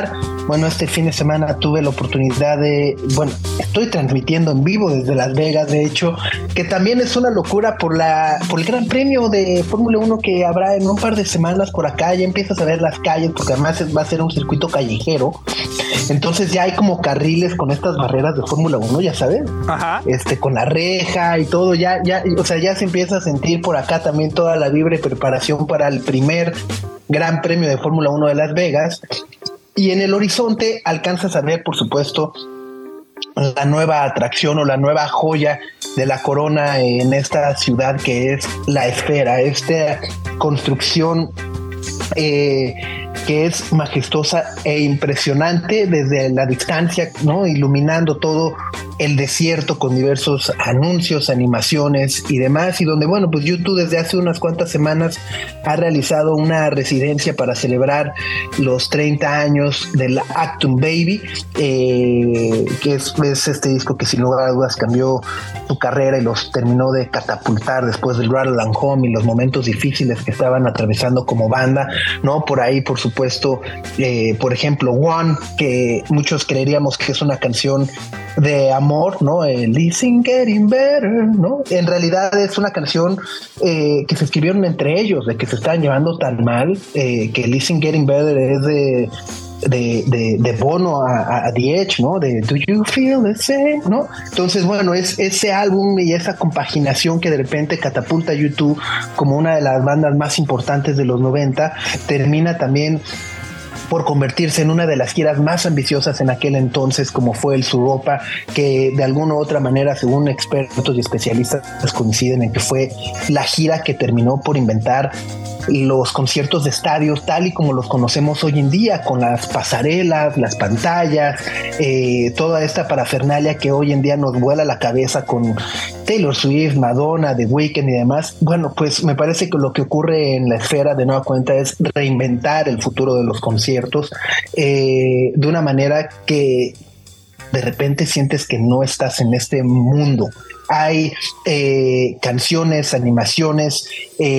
bueno, este fin de semana tuve la oportunidad de, bueno, estoy transmitiendo en vivo desde Las Vegas, de hecho, que también es una locura por la por el Gran Premio de Fórmula uno que habrá en un par de semanas por acá. Ya empiezas a ver las calles, porque además va a ser un circuito callejero, entonces ya hay como carriles con estas barreras de Fórmula uno, ya sabes. Ajá. Este, con la reja y todo, ya, ya, o sea, ya se empieza a sentir por acá también toda la vibra y preparación para el primer Gran Premio de Fórmula uno de Las Vegas. Y en el horizonte alcanzas a ver, por supuesto, la nueva atracción o la nueva joya de la corona en esta ciudad, que es la Esfera, esta construcción eh, que es majestuosa e impresionante desde la distancia, ¿no? Iluminando todo el desierto con diversos anuncios, animaciones y demás, y donde, bueno, pues YouTube desde hace unas cuantas semanas ha realizado una residencia para celebrar los treinta años del Achtung Baby, eh, que es, es este disco que sin lugar a dudas cambió su carrera y los terminó de catapultar después del Rattle and Home y los momentos difíciles que estaban atravesando como banda, ¿no? Por ahí, por supuesto, eh, por ejemplo, One, que muchos creeríamos que es una canción de amor, ¿no? El Listen Getting Better, ¿no? En realidad es una canción eh, que se escribieron entre ellos, de que se estaban llevando tan mal, eh, que Listen Getting Better es de de, de, de Bono a, a The Edge, ¿no? De Do You Feel the Same, ¿no? Entonces, bueno, es ese álbum y esa compaginación que de repente catapulta a YouTube como una de las bandas más importantes de los noventa, termina también por convertirse en una de las giras más ambiciosas en aquel entonces, como fue el Suropa, que de alguna u otra manera, según expertos y especialistas, coinciden en que fue la gira que terminó por inventar los conciertos de estadios tal y como los conocemos hoy en día, con las pasarelas, las pantallas, eh, toda esta parafernalia que hoy en día nos vuela la cabeza con Taylor Swift, Madonna, The Weeknd y demás. Bueno, pues me parece que lo que ocurre en la Esfera de nueva cuenta es reinventar el futuro de los conciertos eh, de una manera que de repente sientes que no estás en este mundo. Hay eh, canciones, animaciones,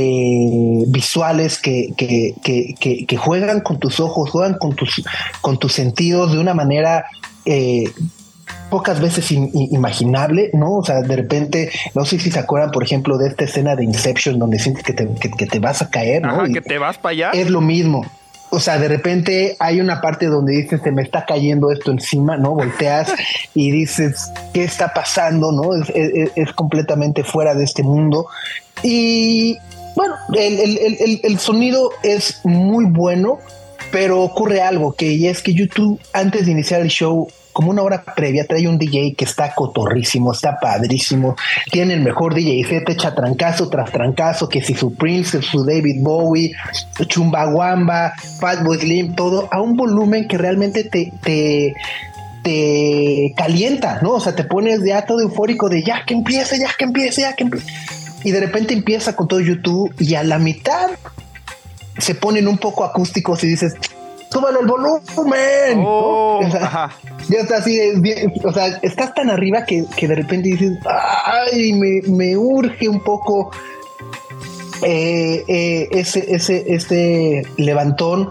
eh, visuales que, que, que, que, que juegan con tus ojos, juegan con tus, con tus sentidos de una manera eh, pocas veces in, in, imaginable, ¿no? O sea, de repente, no sé si se acuerdan, por ejemplo, de esta escena de Inception donde sientes que te, que, que te vas a caer, ¿no? Ajá, que te vas para allá. Es lo mismo. O sea, de repente hay una parte donde dices, se me está cayendo esto encima, ¿no? Volteas y dices, ¿qué está pasando? ¿No? Es, es, es completamente fuera de este mundo. Y bueno, el, el, el, el sonido es muy bueno, pero ocurre algo, que y es que YouTube, antes de iniciar el show, como una hora previa, trae un D J que está cotorrísimo, está padrísimo, tiene el mejor D J set, echa trancazo tras trancazo, que si su Prince, su David Bowie, Chumbawamba, Fatboy Slim, todo a un volumen que realmente te, te, te calienta, ¿no? O sea, te pones ya todo eufórico de ya que empiece, ya que empiece, ya que empiece. Y de repente empieza con todo YouTube y a la mitad se ponen un poco acústicos y dices, súbale el volumen, oh, ¿no? O sea, ya está así, de, o sea, estás tan arriba que, que de repente dices, ay, me, me urge un poco eh, eh, ese, ese, ese levantón.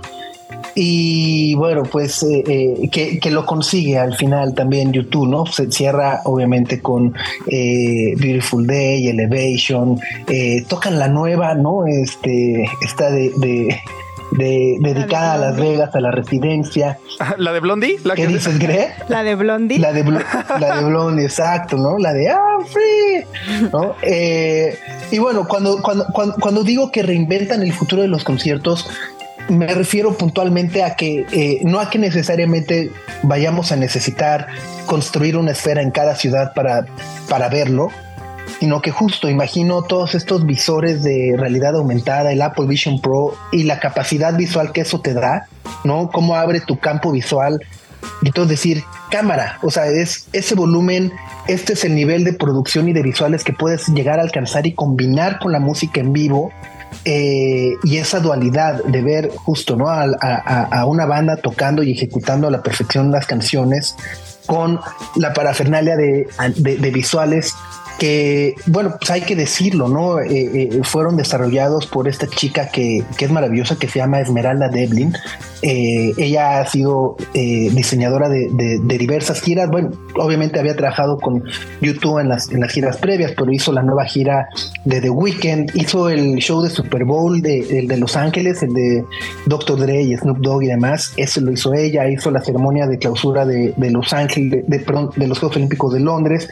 Y bueno, pues eh, eh, que, que lo consigue al final también YouTube, ¿no? Se cierra obviamente con eh, Beautiful Day, Elevation, eh, tocan la nueva, ¿no? Este, esta de... de De, dedicada a Las Vegas, a la residencia. ¿La de Blondie? ¿La ¿Qué que dices, Gre? La de Blondie. La de, la de Blondie, exacto, ¿no? La de I'm free, ¿no? Eh, y bueno, cuando, cuando, cuando, cuando digo que reinventan el futuro de los conciertos, me refiero puntualmente a que eh, no a que necesariamente vayamos a necesitar construir una esfera en cada ciudad para, para verlo, sino que justo imagino todos estos visores de realidad aumentada, el Apple Vision Pro y la capacidad visual que eso te da, ¿no? Cómo abre tu campo visual y entonces decir, cámara, o sea, es ese volumen, este es el nivel de producción y de visuales que puedes llegar a alcanzar y combinar con la música en vivo, eh, y esa dualidad de ver justo, ¿no? A, a, a una banda tocando y ejecutando a la perfección las canciones con la parafernalia de, de, de visuales que, bueno, pues hay que decirlo, ¿no? Eh, eh, fueron desarrollados por esta chica que, que es maravillosa, que se llama Esmeralda Devlin. Eh, ella ha sido eh, diseñadora de, de, de diversas giras. Bueno, obviamente había trabajado con YouTube en las, en las giras previas, pero hizo la nueva gira de The Weeknd, hizo el show de Super Bowl de, el de Los Ángeles, el de doctor Dre y Snoop Dogg y demás. Eso lo hizo ella. Hizo la ceremonia de clausura de, de Los Ángeles, de, de, perdón, de los Juegos Olímpicos de Londres.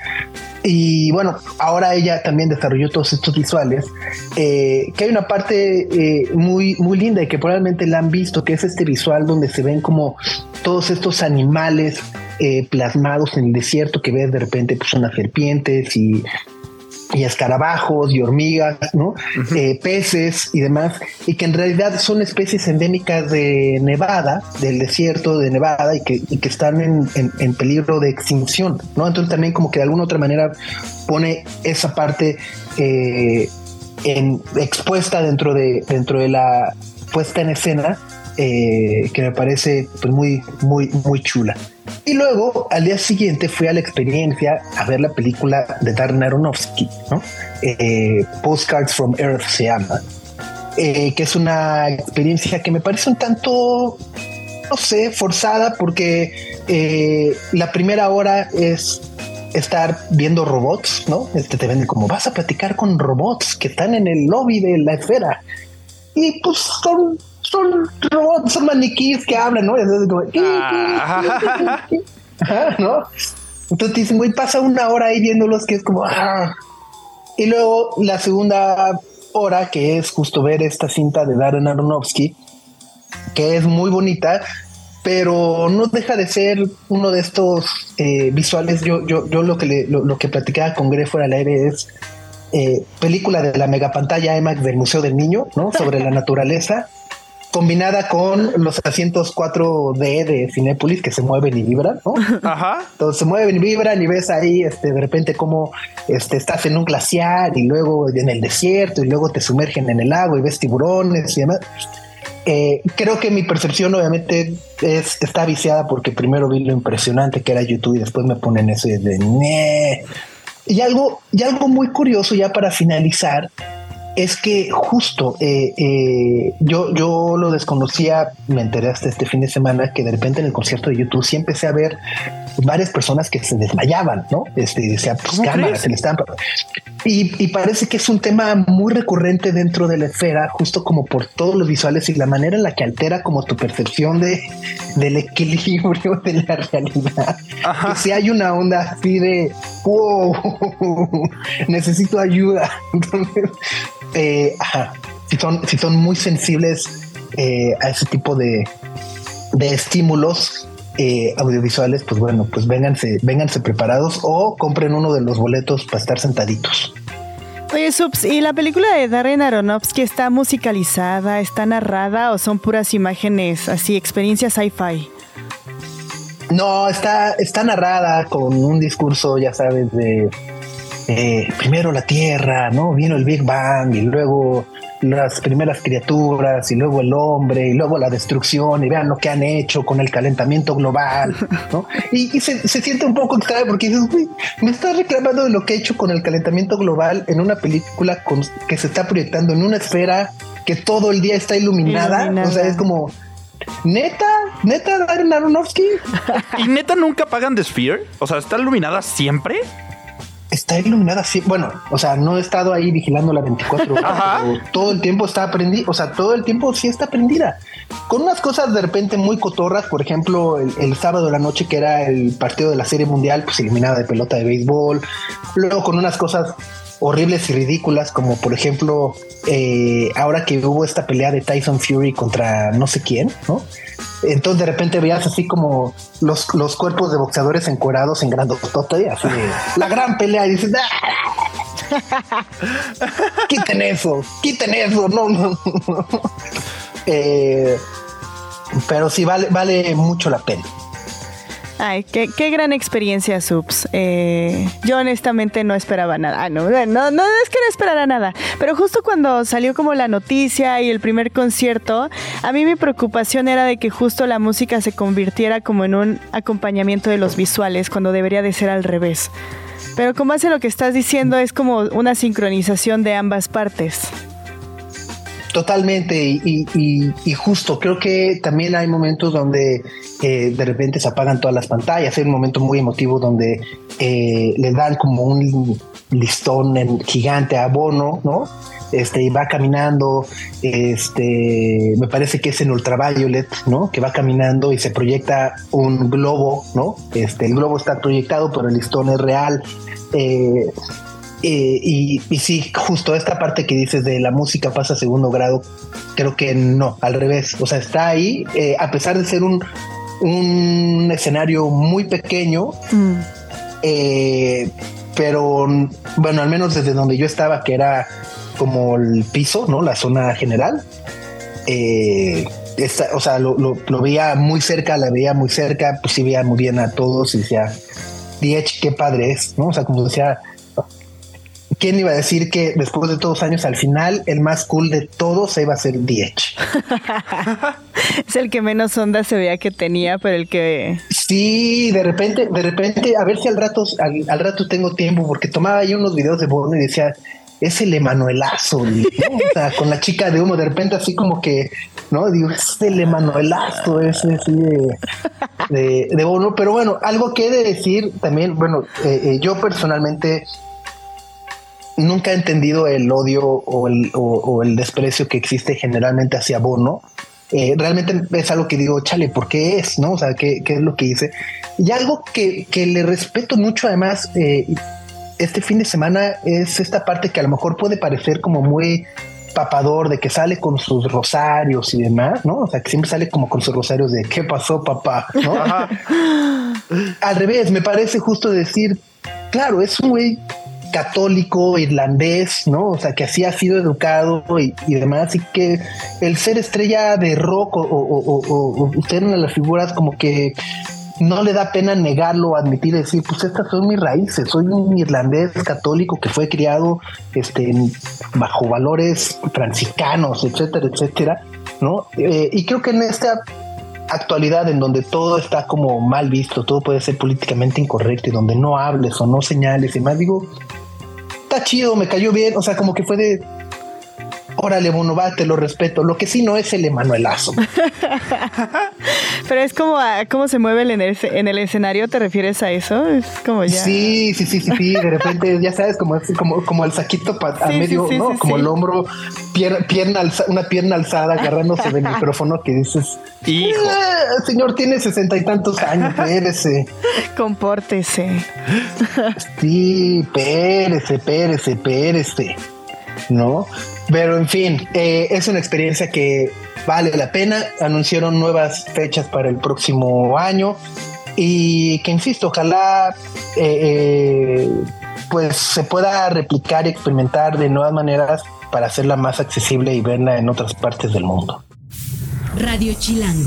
Y bueno, ahora ella también desarrolló todos estos visuales, eh, que hay una parte eh, muy, muy linda y que probablemente la han visto, que es este visual donde se ven como todos estos animales eh, plasmados en el desierto, que ves de repente pues unas serpientes y, y escarabajos y hormigas, ¿no? Uh-huh. Eh, peces y demás, y que en realidad son especies endémicas de Nevada, del desierto de Nevada, y que, y que están en, en, en peligro de extinción, ¿no? Entonces también como que de alguna otra manera pone esa parte eh, en, expuesta dentro de, dentro de la puesta en escena, eh, que me parece pues muy, muy, muy chula. Y luego, al día siguiente, fui a la experiencia a ver la película de Darren Aronofsky, ¿no? Eh, Postcards from Earth se llama, eh, que es una experiencia que me parece un tanto, no sé, forzada, porque eh, la primera hora es estar viendo robots, ¿no? Este te venden como vas a platicar con robots que están en el lobby de la esfera. Y pues son... son robots, son maniquíes que hablan, ¿no? Entonces, como, ¿qué, qué, qué, qué? Ajá, ¿no? Entonces te dicen, güey, pasa una hora ahí viéndolos, que es como, ah. Y luego la segunda hora, que es justo ver esta cinta de Darren Aronofsky, que es muy bonita, pero no deja de ser uno de estos eh, visuales. Yo, yo, yo lo que le, lo, lo que platicaba con Gre fuera al aire es eh, película de la megapantalla IMAX del Museo del Niño, ¿no? Sobre la naturaleza, combinada con los asientos cuatro D de Cinépolis que se mueven y vibran, ¿no? Ajá. Entonces se mueven y vibran y ves ahí este, de repente cómo este, estás en un glaciar y luego en el desierto y luego te sumergen en el lago y ves tiburones y demás. Eh, creo que mi percepción obviamente es, está viciada porque primero vi lo impresionante que era YouTube y después me ponen eso de ¡nee! Y algo, y algo muy curioso ya para finalizar es que justo eh, eh, yo, yo lo desconocía, me enteré hasta este fin de semana que de repente en el concierto de YouTube sí empecé a ver varias personas que se desmayaban, ¿no? Este, decía, pues cámaras, se le están... Y, y parece que es un tema muy recurrente dentro de la esfera, justo como por todos los visuales y la manera en la que altera como tu percepción de, del equilibrio de la realidad. Ajá. Que si hay una onda así de wow, necesito ayuda. Entonces, eh, ajá, si son, si son muy sensibles eh, a ese tipo de, de estímulos Eh, audiovisuales, pues bueno, pues vénganse, vénganse preparados o compren uno de los boletos para estar sentaditos. Oye, Subs, ¿y la película de Darren Aronofsky está musicalizada, está narrada o son puras imágenes así, experiencia sci-fi? No, está, está narrada con un discurso, ya sabes, de eh, primero la Tierra, ¿no? Vino el Big Bang y luego las primeras criaturas y luego el hombre y luego la destrucción y vean lo que han hecho con el calentamiento global, ¿no? Y, y se, se siente un poco extraño porque dices, uy, me estás reclamando de lo que he hecho con el calentamiento global en una película con, que se está proyectando en una esfera que todo el día está iluminada. iluminada. O sea, es como, ¿neta? ¿Neta Darren Aronofsky? ¿Y neta nunca apagan The Sphere? O sea, ¿está iluminada siempre? Está iluminada así, bueno, o sea, no he estado ahí vigilando las veinticuatro horas, pero todo el tiempo está prendida, o sea, todo el tiempo sí está prendida. Con unas cosas de repente muy cotorras, por ejemplo, el, el sábado de la noche que era el partido de la Serie Mundial, pues iluminada de pelota de béisbol. Luego con unas cosas horribles y ridículas, como por ejemplo, eh, ahora que hubo esta pelea de Tyson Fury contra no sé quién, ¿no? Entonces de repente veías así como los, los cuerpos de boxeadores encuerados en grandotota y así de la gran pelea y dices, ¡ah! quiten eso, quiten eso, no, no. eh, pero sí vale, vale mucho la pena. Ay, qué, qué gran experiencia, Subs. Eh, yo honestamente no esperaba nada. Ah, no, no, no, no es que no esperara nada. Pero justo cuando salió como la noticia y el primer concierto, a mí mi preocupación era de que justo la música se convirtiera como en un acompañamiento de los visuales, cuando debería de ser al revés. Pero con base a lo que estás diciendo, es como una sincronización de ambas partes. Totalmente, y, y, y justo, creo que también hay momentos donde eh, de repente se apagan todas las pantallas. Hay un momento muy emotivo donde eh, le dan como un listón en, gigante a Bono, ¿no? Este, y va caminando, este, me parece que es en Ultraviolet, ¿no? Que va caminando y se proyecta un globo, ¿no? Este, el globo está proyectado, pero el listón es real. Eh, Eh, y, y sí, justo esta parte que dices de la música pasa a segundo grado, creo que no, al revés. O sea, está ahí, eh, a pesar de ser un, un escenario muy pequeño, mm. eh, pero bueno, al menos desde donde yo estaba, que era como el piso, ¿no? La zona general. Eh, esta, o sea, lo, lo, lo veía muy cerca, la veía muy cerca, pues sí veía muy bien a todos y decía, D H, qué padre es, ¿no? O sea, como decía, ¿quién iba a decir que después de todos los años, al final, el más cool de todos se iba a ser D H? Es el que menos onda se veía que tenía, pero el que... Sí, de repente, de repente, a ver si al rato, al, al rato tengo tiempo, porque tomaba ahí unos videos de Bono y decía, es el Emanuelazo, ¿no? O sea, con la chica de humo, de repente así como que, ¿no? Digo, es el Emanuelazo ese, así de, de, de Bono. Pero bueno, algo que he de decir también, bueno, eh, eh, yo personalmente... nunca he entendido el odio o el, o, o el desprecio que existe generalmente hacia Bono. Eh, realmente es algo que digo, chale, ¿por qué es? ¿No? O sea, ¿qué, qué es lo que hice? Y algo que, que le respeto mucho, además, eh, este fin de semana es esta parte que a lo mejor puede parecer como muy papador, de que sale con sus rosarios y demás, ¿no? O sea, que siempre sale como con sus rosarios de ¿qué pasó, papá? ¿No? Ajá. Al revés, me parece justo decir, claro, es un güey católico, irlandés, ¿no? O sea, que así ha sido educado y, y demás, y que el ser estrella de rock o, o, o, o ser una de las figuras como que no le da pena negarlo, admitir, decir, pues estas son mis raíces, soy un irlandés católico que fue criado este, bajo valores franciscanos, etcétera, etcétera, ¿no? Eh, y creo que en esta actualidad en donde todo está como mal visto, todo puede ser políticamente incorrecto y donde no hables o no señales y más, digo, está chido, me cayó bien, o sea, como que fue de órale, Bono, va, te lo respeto. Lo que sí no es el Emanuelazo. Pero es como a cómo se mueve en el, en el escenario, ¿te refieres a eso? Es como ya... Sí, sí, sí, sí, sí. De repente, ya sabes, como, como, como el saquito pa, a sí, medio, sí, sí, ¿no? Sí, como sí. El hombro, pierna, pierna alza, una pierna alzada, agarrándose del micrófono que dices, hijo, eh, señor, tiene sesenta y tantos años, pérese. Compórtese. Sí, pérese, pérese, pérese. ¿No? Pero en fin, eh, es una experiencia que vale la pena. Anunciaron nuevas fechas para el próximo año y que insisto, ojalá eh, eh, pues se pueda replicar y experimentar de nuevas maneras para hacerla más accesible y verla en otras partes del mundo. Radio Chilango.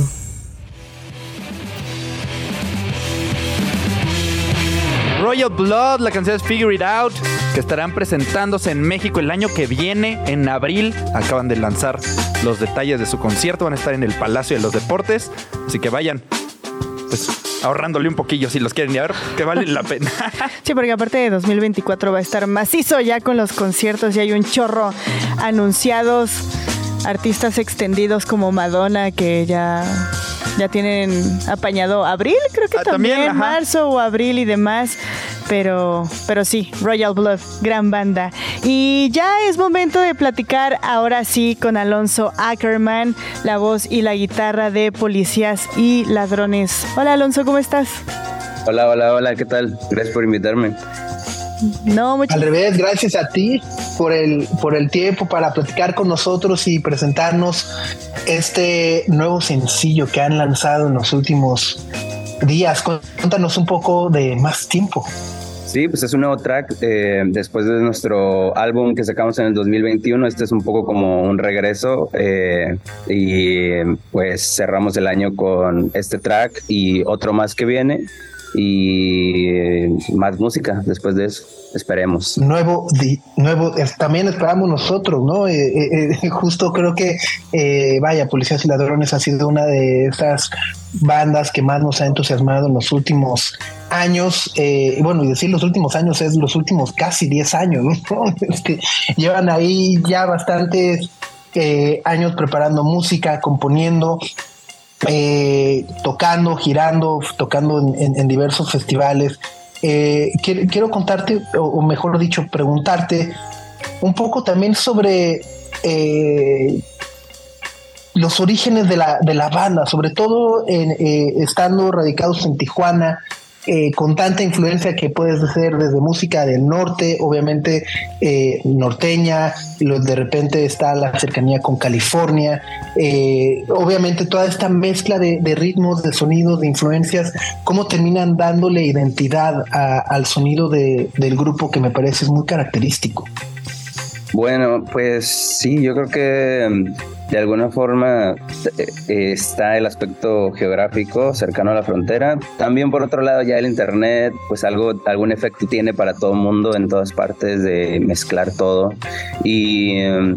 Royal Blood, la canción es Figure It Out, que estarán presentándose en México el año que viene, en abril. Acaban de lanzar los detalles de su concierto, van a estar en el Palacio de los Deportes, así que vayan, pues, ahorrándole un poquillo si los quieren ir a ver, que valen la pena. Sí, porque aparte de dos mil veinticuatro va a estar macizo ya con los conciertos y hay un chorro anunciados, artistas extendidos como Madonna que ya... Ya tienen apañado abril, creo que ah, también, también marzo o abril y demás, pero, pero sí, Royal Blood, gran banda. Y ya es momento de platicar ahora sí con Alonso Ackerman, la voz y la guitarra de Policías y Ladrones. Hola Alonso, ¿cómo estás? Hola, hola, hola, ¿qué tal? Gracias por invitarme. No, muchas... Al revés, gracias a ti por el, por el tiempo para platicar con nosotros y presentarnos este nuevo sencillo que han lanzado en los últimos días. Cuéntanos un poco de Más Tiempo. Sí, pues es un nuevo track eh, después de nuestro álbum que sacamos en el dos mil veintiuno. Este es un poco como un regreso eh, y pues cerramos el año con este track y otro más que viene. y eh, más música después de eso, esperemos. Nuevo, di, nuevo también esperamos nosotros, ¿no? Eh, eh, eh, justo creo que, eh, vaya, Policías y Ladrones ha sido una de esas bandas que más nos ha entusiasmado en los últimos años, eh, bueno, y decir los últimos años es los últimos casi diez años, ¿no? Es que llevan ahí ya bastantes eh, años preparando música, componiendo, eh, tocando, girando, tocando en, en, en diversos festivales. Eh, quiero, quiero contarte, o, o mejor dicho, preguntarte un poco también sobre eh, los orígenes de la, de la banda, sobre todo en, eh, estando radicados en Tijuana, eh, con tanta influencia que puedes hacer desde música del norte, obviamente eh, norteña, lo, de repente está la cercanía con California, eh, obviamente toda esta mezcla de, de ritmos, de sonidos, de influencias, cómo terminan dándole identidad a, al sonido de, del grupo, que me parece muy característico. Bueno, pues sí, yo creo que de alguna forma eh, está el aspecto geográfico cercano a la frontera. También por otro lado ya el internet, pues algo, algún efecto tiene para todo el mundo en todas partes de mezclar todo. Y eh,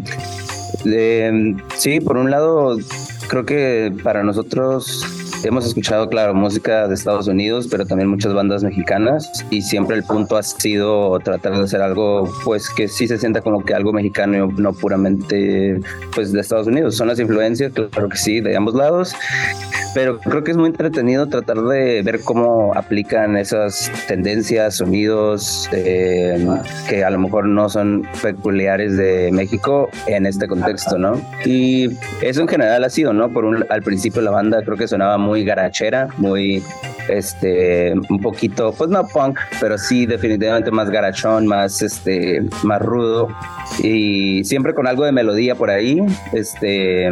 eh, sí, por un lado creo que para nosotros hemos escuchado, claro, música de Estados Unidos, pero también muchas bandas mexicanas, y siempre el punto ha sido tratar de hacer algo, pues, que sí se sienta como que algo mexicano, no puramente, pues, de Estados Unidos. Son las influencias, claro que sí, de ambos lados, pero creo que es muy entretenido tratar de ver cómo aplican esas tendencias, sonidos, eh, que a lo mejor no son peculiares de México en este contexto, ¿no? Y eso en general ha sido, ¿no? Por un, al principio la banda creo que sonaba muy muy garachera, muy este un poquito, pues no punk, pero sí definitivamente más garachón, más este más rudo, y siempre con algo de melodía por ahí, este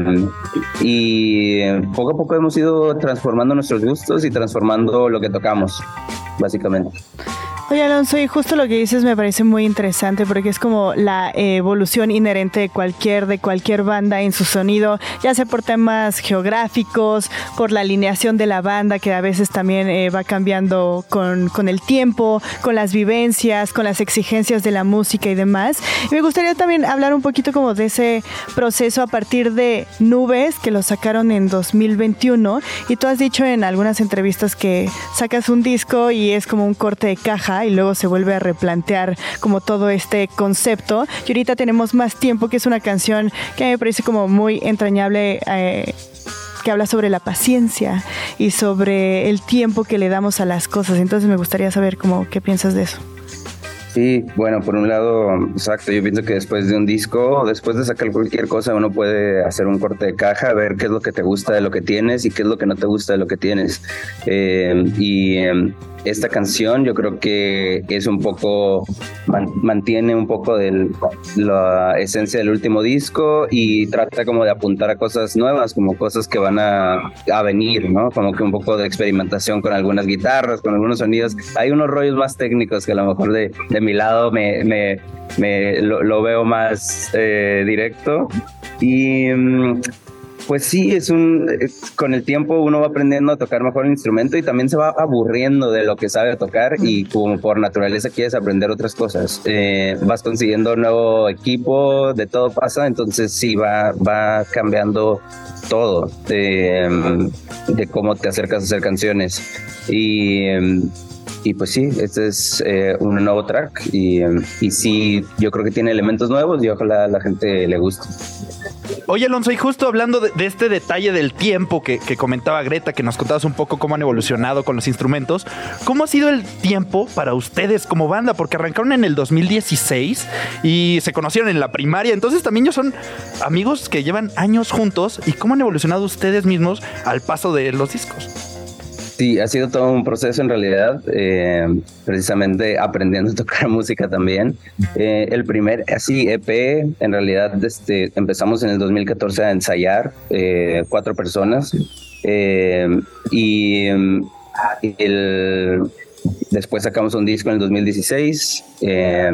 y poco a poco hemos ido transformando nuestros gustos y transformando lo que tocamos, básicamente. Oye, Alonso, y justo lo que dices me parece muy interesante, porque es como la evolución inherente de cualquier, de cualquier banda en su sonido, ya sea por temas geográficos, por la alineación de la banda, que a veces también eh, va cambiando con, con el tiempo, con las vivencias, con las exigencias de la música y demás. Y me gustaría también hablar un poquito como de ese proceso a partir de Nubes, que lo sacaron en dos mil veintiuno, y tú has dicho en algunas entrevistas que sacas un disco y es como un corte de caja, y luego se vuelve a replantear como todo este concepto, y ahorita tenemos Más Tiempo, que es una canción que me parece como muy entrañable, eh, que habla sobre la paciencia y sobre el tiempo que le damos a las cosas. Entonces me gustaría saber cómo, qué piensas de eso. Sí, bueno, por un lado, exacto, yo pienso que después de un disco, después de sacar cualquier cosa, uno puede hacer un corte de caja, ver qué es lo que te gusta de lo que tienes y qué es lo que no te gusta de lo que tienes. Eh, y eh, esta canción yo creo que es un poco, man, mantiene un poco de la esencia del último disco y trata como de apuntar a cosas nuevas, como cosas que van a, a venir, ¿no? Como que un poco de experimentación con algunas guitarras, con algunos sonidos. Hay unos rollos más técnicos que a lo mejor de, de mi lado me, me, me lo, lo veo más eh, directo. Y pues sí, es un con el tiempo uno va aprendiendo a tocar mejor el instrumento y también se va aburriendo de lo que sabe tocar, y como por naturaleza quieres aprender otras cosas. Eh, vas consiguiendo nuevo equipo, de todo pasa, entonces sí va, va cambiando todo de, de cómo te acercas a hacer canciones. Y Y pues sí, este es eh, un nuevo track y, y sí, yo creo que tiene elementos nuevos y ojalá a la gente le guste. Oye, Alonso, y justo hablando de, de este detalle del tiempo que, que comentaba Greta, que nos contabas un poco cómo han evolucionado con los instrumentos, ¿cómo ha sido el tiempo para ustedes como banda? Porque arrancaron en el dos mil dieciséis y se conocieron en la primaria, entonces también ellos son amigos que llevan años juntos. ¿Y cómo han evolucionado ustedes mismos al paso de los discos? Sí, ha sido todo un proceso en realidad, eh, precisamente aprendiendo a tocar música también. Eh, el primer así E P, en realidad este, empezamos en el dos mil catorce a ensayar, eh, cuatro personas, eh, y el, después sacamos un disco en el dos mil dieciséis, eh,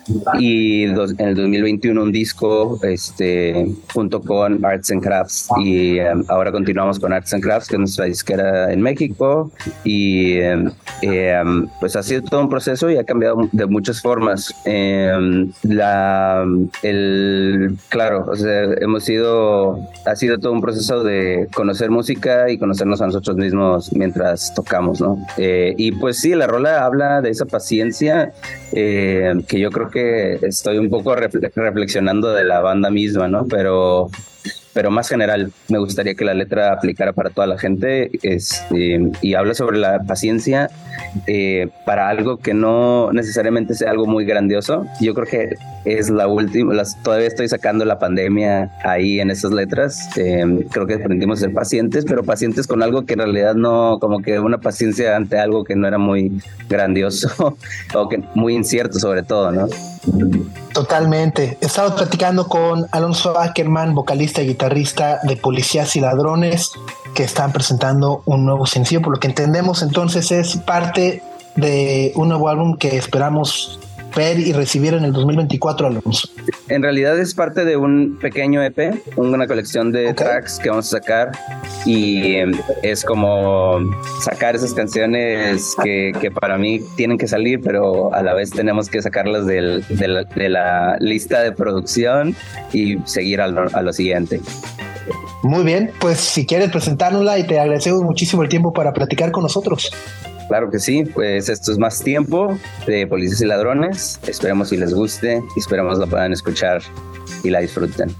y dos, en el dos mil veintiuno un disco este, junto con Arts and Crafts, y um, ahora continuamos con Arts and Crafts, que es nuestra disquera en México, y um, eh, um, pues ha sido todo un proceso y ha cambiado de muchas formas. Eh, la, el, claro, o sea, hemos sido, ha sido todo un proceso de conocer música y conocernos a nosotros mismos mientras tocamos, ¿no? Eh, y pues sí, la rola habla de esa paciencia, eh, que yo creo que estoy un poco refle- reflexionando de la banda misma, ¿no? Pero pero más general, me gustaría que la letra aplicara para toda la gente, este, y habla sobre la paciencia eh, para algo que no necesariamente sea algo muy grandioso. Yo creo que es la última, las, todavía estoy sacando la pandemia ahí en esas letras. Eh, creo que aprendimos a ser pacientes, pero pacientes con algo que en realidad no, como que una paciencia ante algo que no era muy grandioso o que muy incierto sobre todo, ¿no? Totalmente. He estado platicando con Alonso Ackerman, vocalista y guitarrista de Policías y Ladrones, que están presentando un nuevo sencillo. Por lo que entendemos, entonces es parte de un nuevo álbum que esperamos ver y recibir en el dos mil veinticuatro, Alonso. En realidad es parte de un pequeño E P, una colección de okay. tracks que vamos a sacar, y es como sacar esas canciones que, que para mí tienen que salir, pero a la vez tenemos que sacarlas del, de, la, de la lista de producción y seguir a lo, a lo siguiente. Muy bien, pues si quieres presentárnosla, y te agradecemos muchísimo el tiempo para platicar con nosotros. Claro que sí, pues esto es Más Tiempo de Policías y Ladrones. Esperemos si les guste y esperamos la puedan escuchar y la disfruten.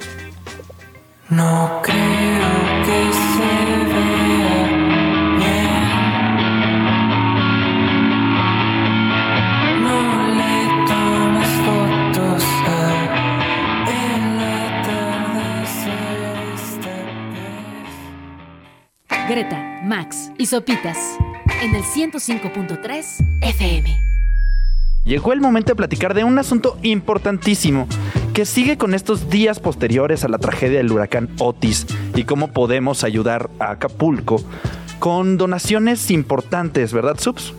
No creo que se vea bien. No le tomes fotos a el atardecer esta vez. Greta, Max y Sopitas en el ciento cinco punto tres F M. Llegó el momento de platicar de un asunto importantísimo que sigue con estos días posteriores a la tragedia del huracán Otis y cómo podemos ayudar a Acapulco con donaciones importantes, ¿verdad, Subs?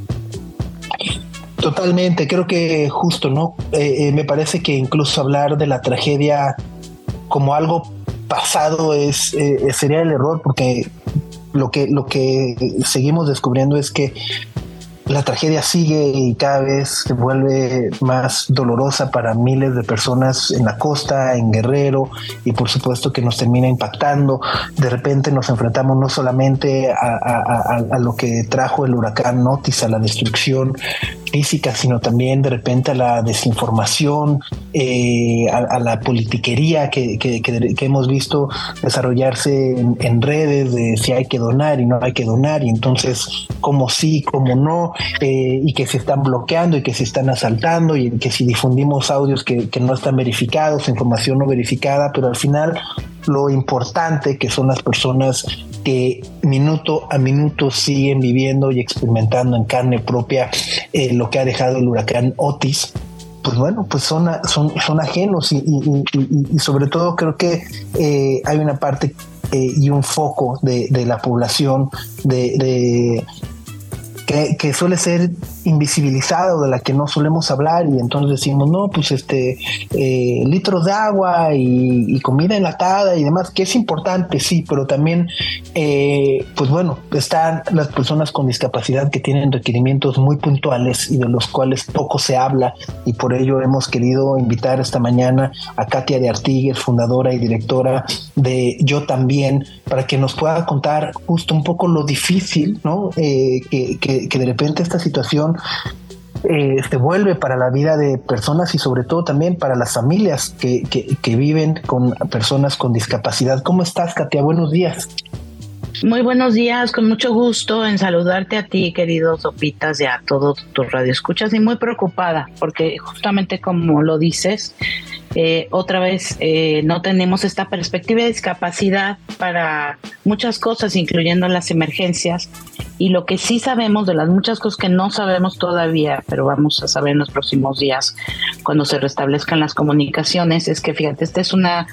Totalmente, creo que justo, ¿no? Eh, eh, me parece que incluso hablar de la tragedia como algo pasado es eh, sería el error, porque lo que, lo que seguimos descubriendo es que la tragedia sigue y cada vez se vuelve más dolorosa para miles de personas en la costa, en Guerrero, y por supuesto que nos termina impactando. De repente nos enfrentamos no solamente a, a, a, a lo que trajo el huracán Otis, a la destrucción física, sino también de repente a la desinformación, eh, a, a la politiquería que, que, que, que hemos visto desarrollarse en, en redes de si hay que donar y no hay que donar, y entonces cómo sí, cómo no, eh, y que se están bloqueando y que se están asaltando, y que si difundimos audios que, que no están verificados, información no verificada, pero al final lo importante que son las personas que minuto a minuto siguen viviendo y experimentando en carne propia eh, lo que ha dejado el huracán Otis. Pues bueno, pues son, son, son ajenos, y, y, y, y sobre todo creo que eh, hay una parte eh, y un foco de, de la población de, de que, que suele ser invisibilizada, o de la que no solemos hablar, y entonces decimos, no, pues este eh, litros de agua y, y comida enlatada y demás, que es importante, sí, pero también eh, pues bueno, están las personas con discapacidad que tienen requerimientos muy puntuales y de los cuales poco se habla, y por ello hemos querido invitar esta mañana a Katia de Artigues, fundadora y directora de Yo También, para que nos pueda contar justo un poco lo difícil, ¿no? Eh, que, que, que de repente esta situación Eh, se vuelve para la vida de personas, y sobre todo también para las familias que, que, que viven con personas con discapacidad. ¿Cómo estás, Katia? Buenos días. Muy buenos días, con mucho gusto en saludarte a ti, queridos Sopitas, y a todos tus radioescuchas, y muy preocupada porque justamente como lo dices, eh, otra vez eh, no tenemos esta perspectiva de discapacidad para muchas cosas, incluyendo las emergencias, y lo que sí sabemos de las muchas cosas que no sabemos todavía, pero vamos a saber en los próximos días cuando se restablezcan las comunicaciones, es que fíjate, esta es una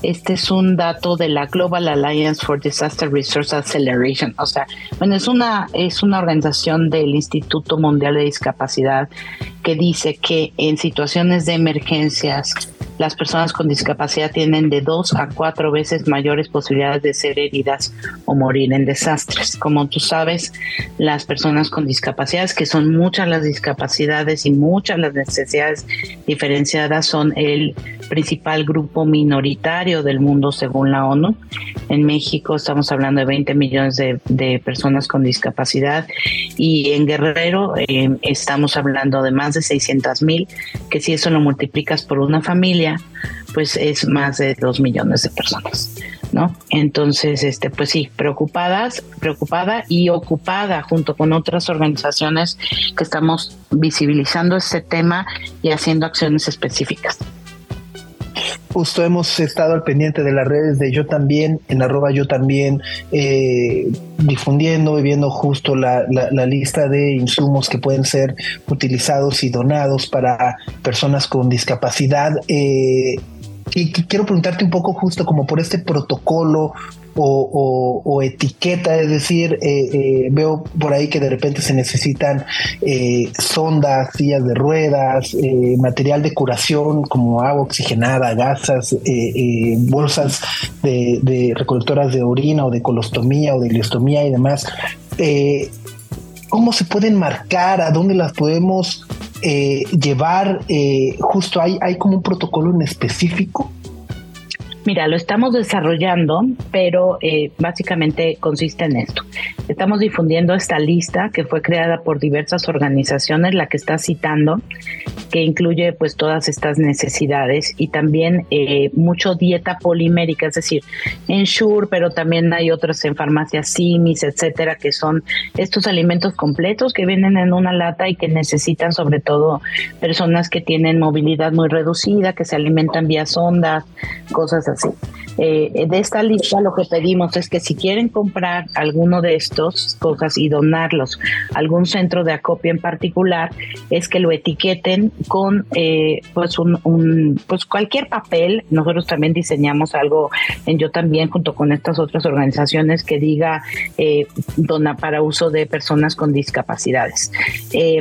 Este es un dato de la Global Alliance for Disaster Resource Acceleration. O sea, bueno, es una, es una organización del Instituto Mundial de Discapacidad que dice que en situaciones de emergencias las personas con discapacidad tienen de dos a cuatro veces mayores posibilidades de ser heridas o morir en desastres. Como tú sabes, las personas con discapacidades, que son muchas las discapacidades y muchas las necesidades diferenciadas, son el principal grupo minoritario del mundo según la ONU. En México estamos hablando de veinte millones de, de personas con discapacidad y en Guerrero eh, estamos hablando de más de seiscientos mil, que si eso lo multiplicas por una familia, pues es más de dos millones de personas, ¿no? Entonces, este, pues sí, preocupadas, preocupada y ocupada junto con otras organizaciones que estamos visibilizando este tema y haciendo acciones específicas. Justo hemos estado al pendiente de las redes de Yo También, en arroba Yo También, eh, difundiendo y viendo justo la, la, la lista de insumos que pueden ser utilizados y donados para personas con discapacidad. Eh, y quiero preguntarte un poco justo como por este protocolo o, o, o etiqueta, es decir, eh, eh, veo por ahí que de repente se necesitan eh, sondas, sillas de ruedas, eh, material de curación como agua oxigenada, gasas, eh, eh, bolsas de, de recolectoras de orina o de colostomía o de ileostomía y demás. Eh, ¿Cómo se pueden marcar? ¿A dónde las podemos eh, llevar? Eh, justo hay, hay como un protocolo en específico. Mira, lo estamos desarrollando, pero eh, básicamente consiste en esto. Estamos difundiendo esta lista que fue creada por diversas organizaciones, la que está citando, que incluye pues todas estas necesidades y también eh, mucho dieta polimérica, es decir, Ensure, pero también hay otras en farmacias Simis, etcétera, que son estos alimentos completos que vienen en una lata y que necesitan sobre todo personas que tienen movilidad muy reducida, que se alimentan vía sondas, cosas así. Eh, de esta lista lo que pedimos es que si quieren comprar alguno de estos cosas y donarlos a algún centro de acopio en particular, es que lo etiqueten con eh, pues un, un pues cualquier papel. Nosotros también diseñamos algo en Yo También junto con estas otras organizaciones que diga eh, dona para uso de personas con discapacidades eh,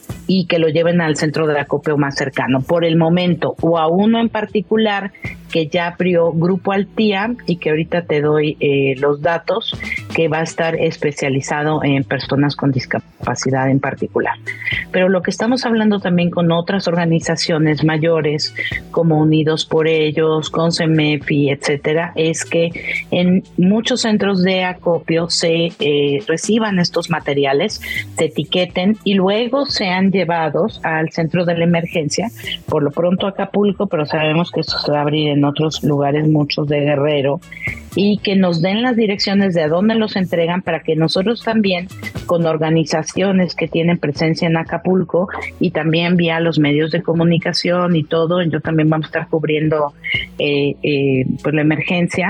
y que lo lleven al centro de acopio más cercano por el momento, o a uno en particular que ya abrió Grupo Altía y que ahorita te doy eh, los datos, que va a estar especializado en personas con discapacidad en particular. Pero lo que estamos hablando también con otras organizaciones mayores como Unidos por Ellos, con CEMEFI, etcétera, es que en muchos centros de acopio se eh, reciban estos materiales, se etiqueten y luego sean llevados al centro de la emergencia, por lo pronto a Acapulco, pero sabemos que esto se va a abrir en otros lugares, muchos de Guerrero, y que nos den las direcciones de a dónde los entregan para que nosotros también, con organizaciones que tienen presencia en Acapulco y también vía los medios de comunicación y todo, yo también vamos a estar cubriendo eh, eh, pues la emergencia,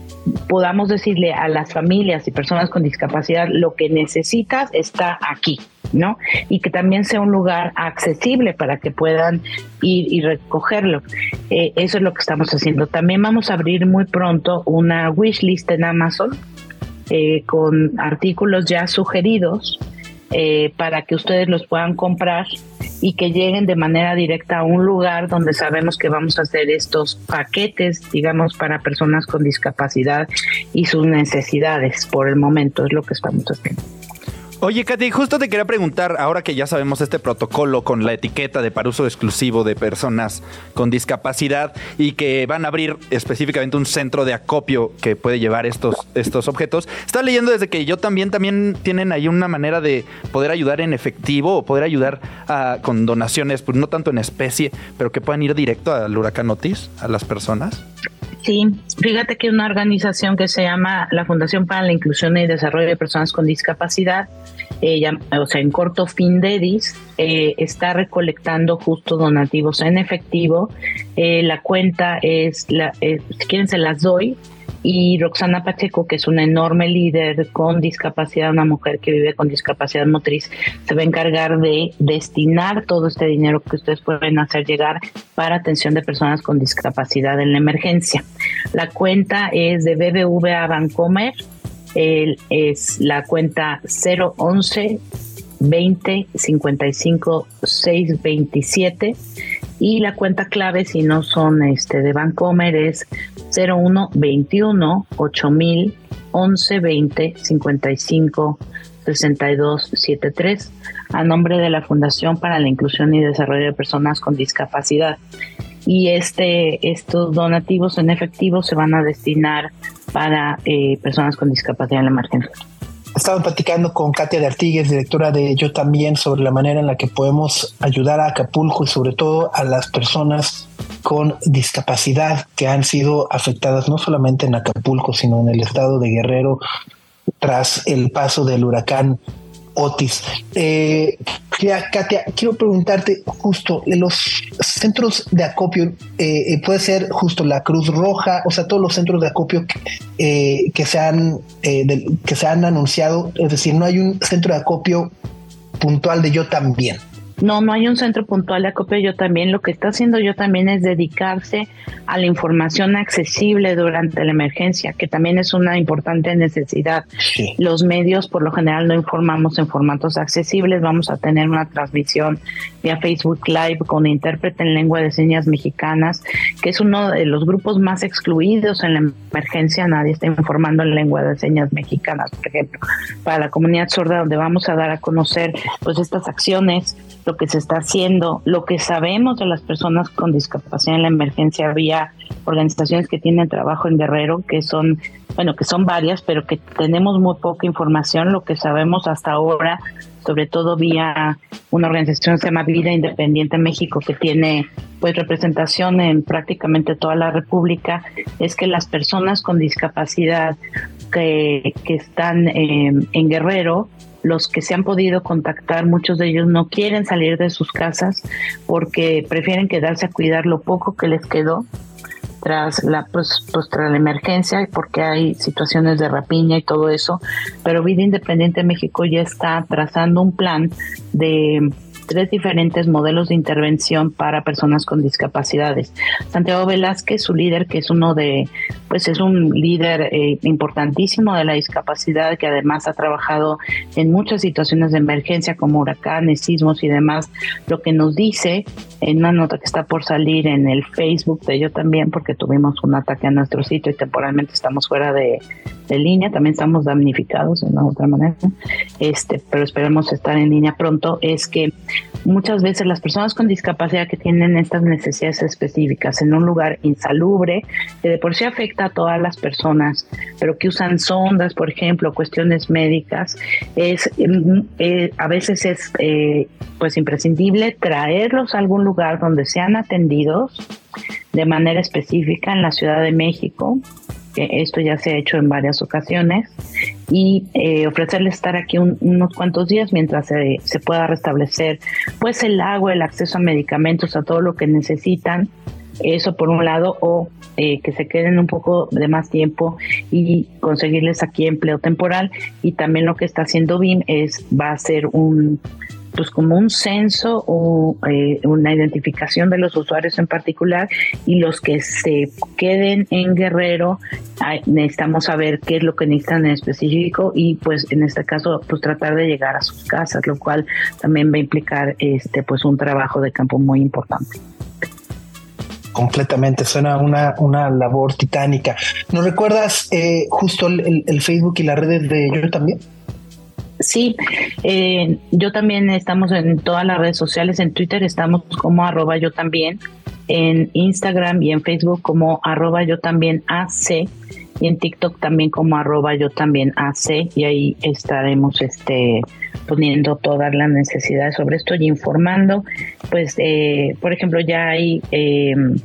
podamos decirle a las familias y personas con discapacidad lo que necesitas está aquí, ¿no? Y que también sea un lugar accesible para que puedan ir y recogerlo. Eh, eso es lo que estamos haciendo. También vamos a abrir muy pronto una wishlist en Amazon eh, con artículos ya sugeridos eh, para que ustedes los puedan comprar y que lleguen de manera directa a un lugar donde sabemos que vamos a hacer estos paquetes, digamos, para personas con discapacidad y sus necesidades. Por el momento es lo que estamos haciendo. Oye, Katy, justo te quería preguntar, ahora que ya sabemos este protocolo con la etiqueta de para uso exclusivo de personas con discapacidad y que van a abrir específicamente un centro de acopio que puede llevar estos, estos objetos, estaba leyendo desde que Yo También, también tienen ahí una manera de poder ayudar en efectivo o poder ayudar a, con donaciones, pues no tanto en especie, pero que puedan ir directo al huracán Otis, a las personas. Sí, fíjate que una organización que se llama la Fundación para la Inclusión y Desarrollo de Personas con Discapacidad, ella, o sea, en corto FINDEDIS, eh, está recolectando justo donativos en efectivo. Eh, la cuenta es, la, eh, si quieren se las doy, y Roxana Pacheco, que es una enorme líder con discapacidad, una mujer que vive con discapacidad motriz, se va a encargar de destinar todo este dinero que ustedes pueden hacer llegar para atención de personas con discapacidad en la emergencia. La cuenta es de B B V A Bancomer, el, es la cuenta cero once veinte cincuenta y cinco seis veintisiete, y la cuenta clave, si no son este de Bancomer, es cero uno veintiuno ocho mil once veinte cincuenta y cinco sesenta y dos setenta y tres, a nombre de la Fundación para la Inclusión y Desarrollo de Personas con Discapacidad. Y este estos donativos en efectivo se van a destinar para eh, personas con discapacidad en la emergencia. Estamos platicando con Katia de Artigues, directora de Yo También, sobre la manera en la que podemos ayudar a Acapulco y sobre todo a las personas con discapacidad que han sido afectadas no solamente en Acapulco, sino en el estado de Guerrero tras el paso del huracán Otis. Eh, Katia, quiero preguntarte justo, los centros de acopio, eh, puede ser justo la Cruz Roja, o sea, todos los centros de acopio que, eh, que, se han, eh, de, que se han anunciado, es decir, no hay un centro de acopio puntual de Yo También. No, no hay un centro puntual de acopio Yo También. Lo que está haciendo Yo También es dedicarse a la información accesible durante la emergencia, que también es una importante necesidad. Sí. Los medios por lo general no informamos en formatos accesibles. Vamos a tener una transmisión vía Facebook Live con intérprete en lengua de señas mexicanas, que es uno de los grupos más excluidos en la emergencia. Nadie está informando en lengua de señas mexicanas, por ejemplo, para la comunidad sorda, donde vamos a dar a conocer pues estas acciones, lo que se está haciendo, lo que sabemos de las personas con discapacidad en la emergencia vía organizaciones que tienen trabajo en Guerrero, que son, bueno, que son varias, pero que tenemos muy poca información. Lo que sabemos hasta ahora, sobre todo vía una organización que se llama Vida Independiente México, que tiene pues representación en prácticamente toda la República, es que las personas con discapacidad que, que están eh, en Guerrero, los que se han podido contactar, muchos de ellos no quieren salir de sus casas porque prefieren quedarse a cuidar lo poco que les quedó tras la pues, pues tras la emergencia, porque hay situaciones de rapiña y todo eso. Pero Vida Independiente México ya está trazando un plan de tres diferentes modelos de intervención para personas con discapacidades. Santiago Velázquez, su líder, que es uno de, pues es un líder eh, importantísimo de la discapacidad, que además ha trabajado en muchas situaciones de emergencia como huracanes, sismos y demás, lo que nos dice en una nota que está por salir en el Facebook de Yo También, porque tuvimos un ataque a nuestro sitio y temporalmente estamos fuera de, de línea, también estamos damnificados de una u otra manera, este, pero esperemos estar en línea pronto, es que muchas veces las personas con discapacidad que tienen estas necesidades específicas en un lugar insalubre, que de por sí afecta a todas las personas, pero que usan sondas, por ejemplo, cuestiones médicas, es eh, a veces es eh, pues imprescindible traerlos a algún lugar donde sean atendidos de manera específica en la Ciudad de México. Esto ya se ha hecho en varias ocasiones, y eh, ofrecerles estar aquí un, unos cuantos días mientras se, se pueda restablecer pues el agua, el acceso a medicamentos, a todo lo que necesitan. Eso por un lado, o eh, que se queden un poco de más tiempo y conseguirles aquí empleo temporal. Y también lo que está haciendo B I M es, va a ser un pues como un censo o eh, una identificación de los usuarios en particular, y los que se queden en Guerrero ay, necesitamos saber qué es lo que necesitan en específico, y pues en este caso pues tratar de llegar a sus casas, lo cual también va a implicar este pues un trabajo de campo muy importante. Completamente, suena una, una labor titánica. ¿Nos recuerdas eh, justo el, el Facebook y las redes de Yo También? Sí, eh, Yo También estamos en todas las redes sociales. En Twitter estamos como arroba Yo También, en Instagram y en Facebook como arroba Yo También A C, y en TikTok también como arroba Yo También A C, y ahí estaremos este poniendo todas las necesidades sobre esto y informando. Pues, eh, por ejemplo, ya hay eh,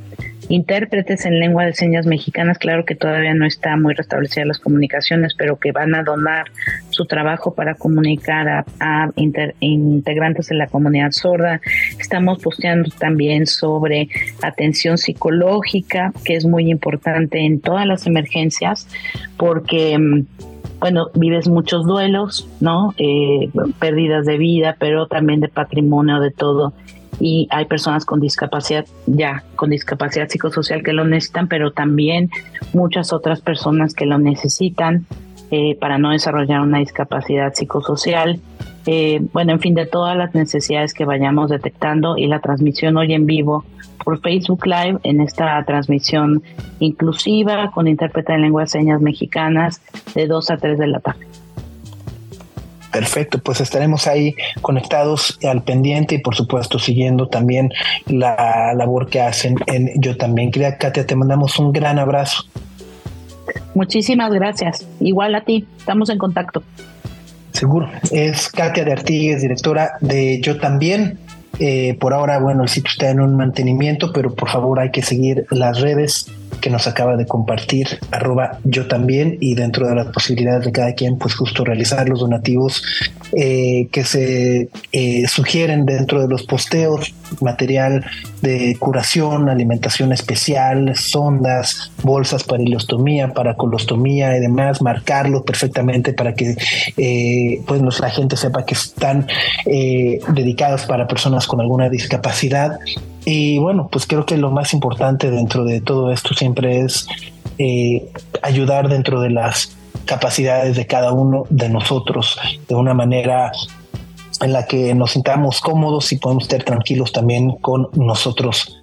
intérpretes en lengua de señas mexicanas. Claro que todavía no está muy restablecida las comunicaciones, pero que van a donar su trabajo para comunicar a, a inter, integrantes de la comunidad sorda. Estamos posteando también sobre atención psicológica, que es muy importante en todas las emergencias, porque bueno, vives muchos duelos, ¿no? Eh, pérdidas de vida, pero también de patrimonio, de todo. Y hay personas con discapacidad, ya, con discapacidad psicosocial que lo necesitan, pero también muchas otras personas que lo necesitan eh, para no desarrollar una discapacidad psicosocial. Eh, bueno, en fin, de todas las necesidades que vayamos detectando, y la transmisión hoy en vivo por Facebook Live, en esta transmisión inclusiva con intérprete en lengua de señas mexicanas de dos a tres de la tarde. Perfecto, pues estaremos ahí conectados al pendiente y por supuesto siguiendo también la labor que hacen en Yo También. Querida Katia, te mandamos un gran abrazo. Muchísimas gracias. Igual a ti, estamos en contacto. Seguro. Es Katia de Artigues, directora de Yo También. Eh, por ahora, bueno, el sitio está en un mantenimiento, pero por favor hay que seguir las redes que nos acaba de compartir, arroba Yo También, y dentro de las posibilidades de cada quien, pues justo realizar los donativos eh, que se eh, sugieren dentro de los posteos, material de curación, alimentación especial, sondas, bolsas para ileostomía, para colostomía y demás, marcarlo perfectamente para que eh, pues la gente sepa que están eh, dedicados para personas con alguna discapacidad. Y bueno, pues creo que lo más importante dentro de todo esto siempre es eh, ayudar dentro de las capacidades de cada uno de nosotros, de una manera en la que nos sintamos cómodos y podemos estar tranquilos también con nosotros.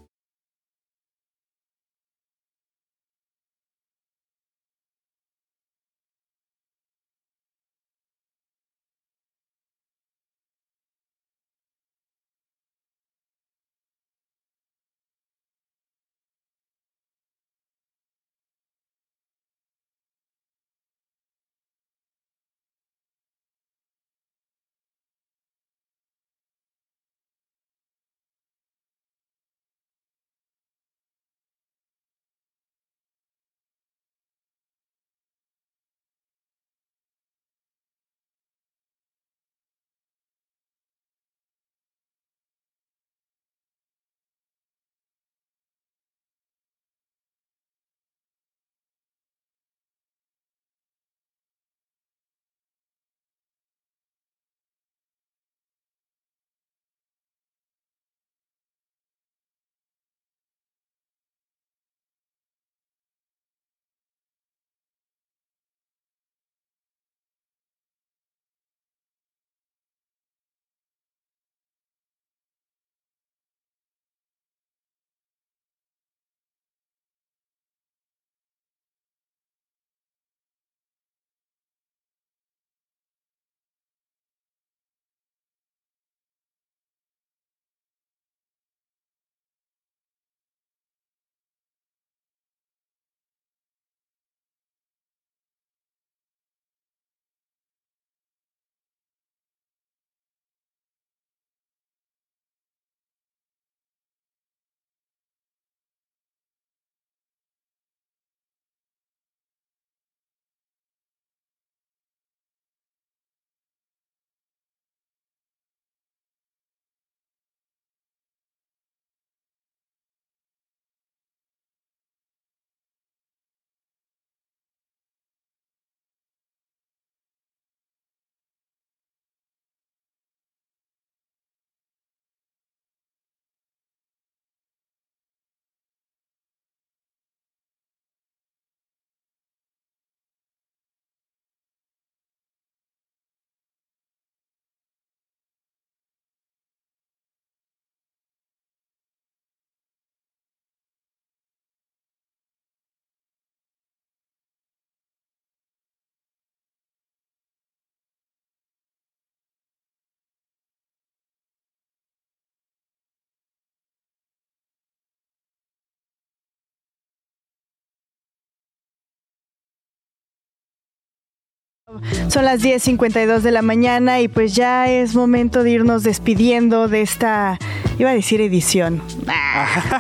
Son las diez cincuenta y dos de la mañana y pues ya es momento de irnos despidiendo de esta, iba a decir edición,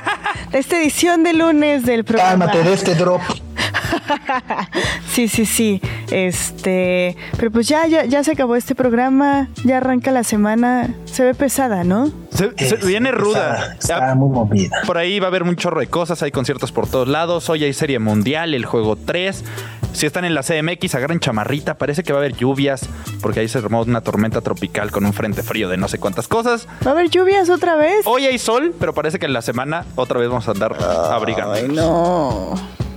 de esta edición de lunes del programa. Cálmate de este drop. Sí, sí, sí. Este, pero pues ya, ya, ya se acabó este programa, ya arranca la semana. Se ve pesada, ¿no? Se, se viene ruda. Está, está muy movida. Por ahí va a haber un chorro de cosas, hay conciertos por todos lados. Hoy hay Serie Mundial, el juego tres. Si están en la C M X, agarren chamarrita. Parece que va a haber lluvias, porque ahí se armó una tormenta tropical con un frente frío de no sé cuántas cosas. ¿Va a haber lluvias otra vez? Hoy hay sol, pero parece que en la semana otra vez vamos a andar abrigando. Ay, no.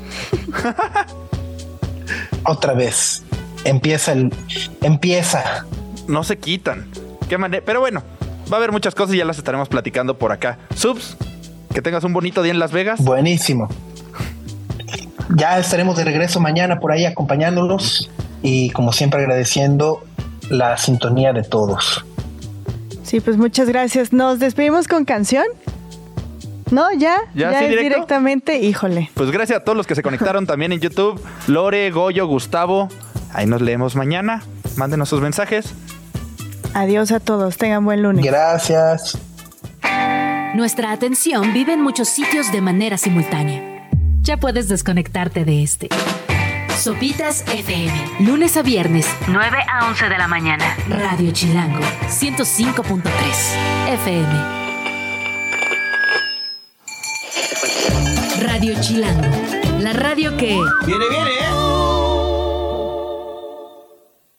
Otra vez. Empieza el. Empieza. No se quitan. Qué manera. Pero bueno, va a haber muchas cosas y ya las estaremos platicando por acá. Subs, que tengas un bonito día en Las Vegas. Buenísimo. Ya estaremos de regreso mañana por ahí acompañándolos y como siempre agradeciendo la sintonía de todos. Sí, pues muchas gracias. ¿Nos despedimos con canción? No, ya, ya, ya ¿sí, es directo? directamente, híjole. Pues gracias a todos los que se conectaron también en YouTube. Lore, Goyo, Gustavo. Ahí nos leemos mañana. Mándenos sus mensajes. Adiós a todos, tengan buen lunes. Gracias. Nuestra atención vive en muchos sitios de manera simultánea. Ya puedes desconectarte de este. Sopitas F M. Lunes a viernes, nueve a once de la mañana. Radio Chilango, ciento cinco punto tres F M. Radio Chilango, la radio que... Viene, viene, ¿eh?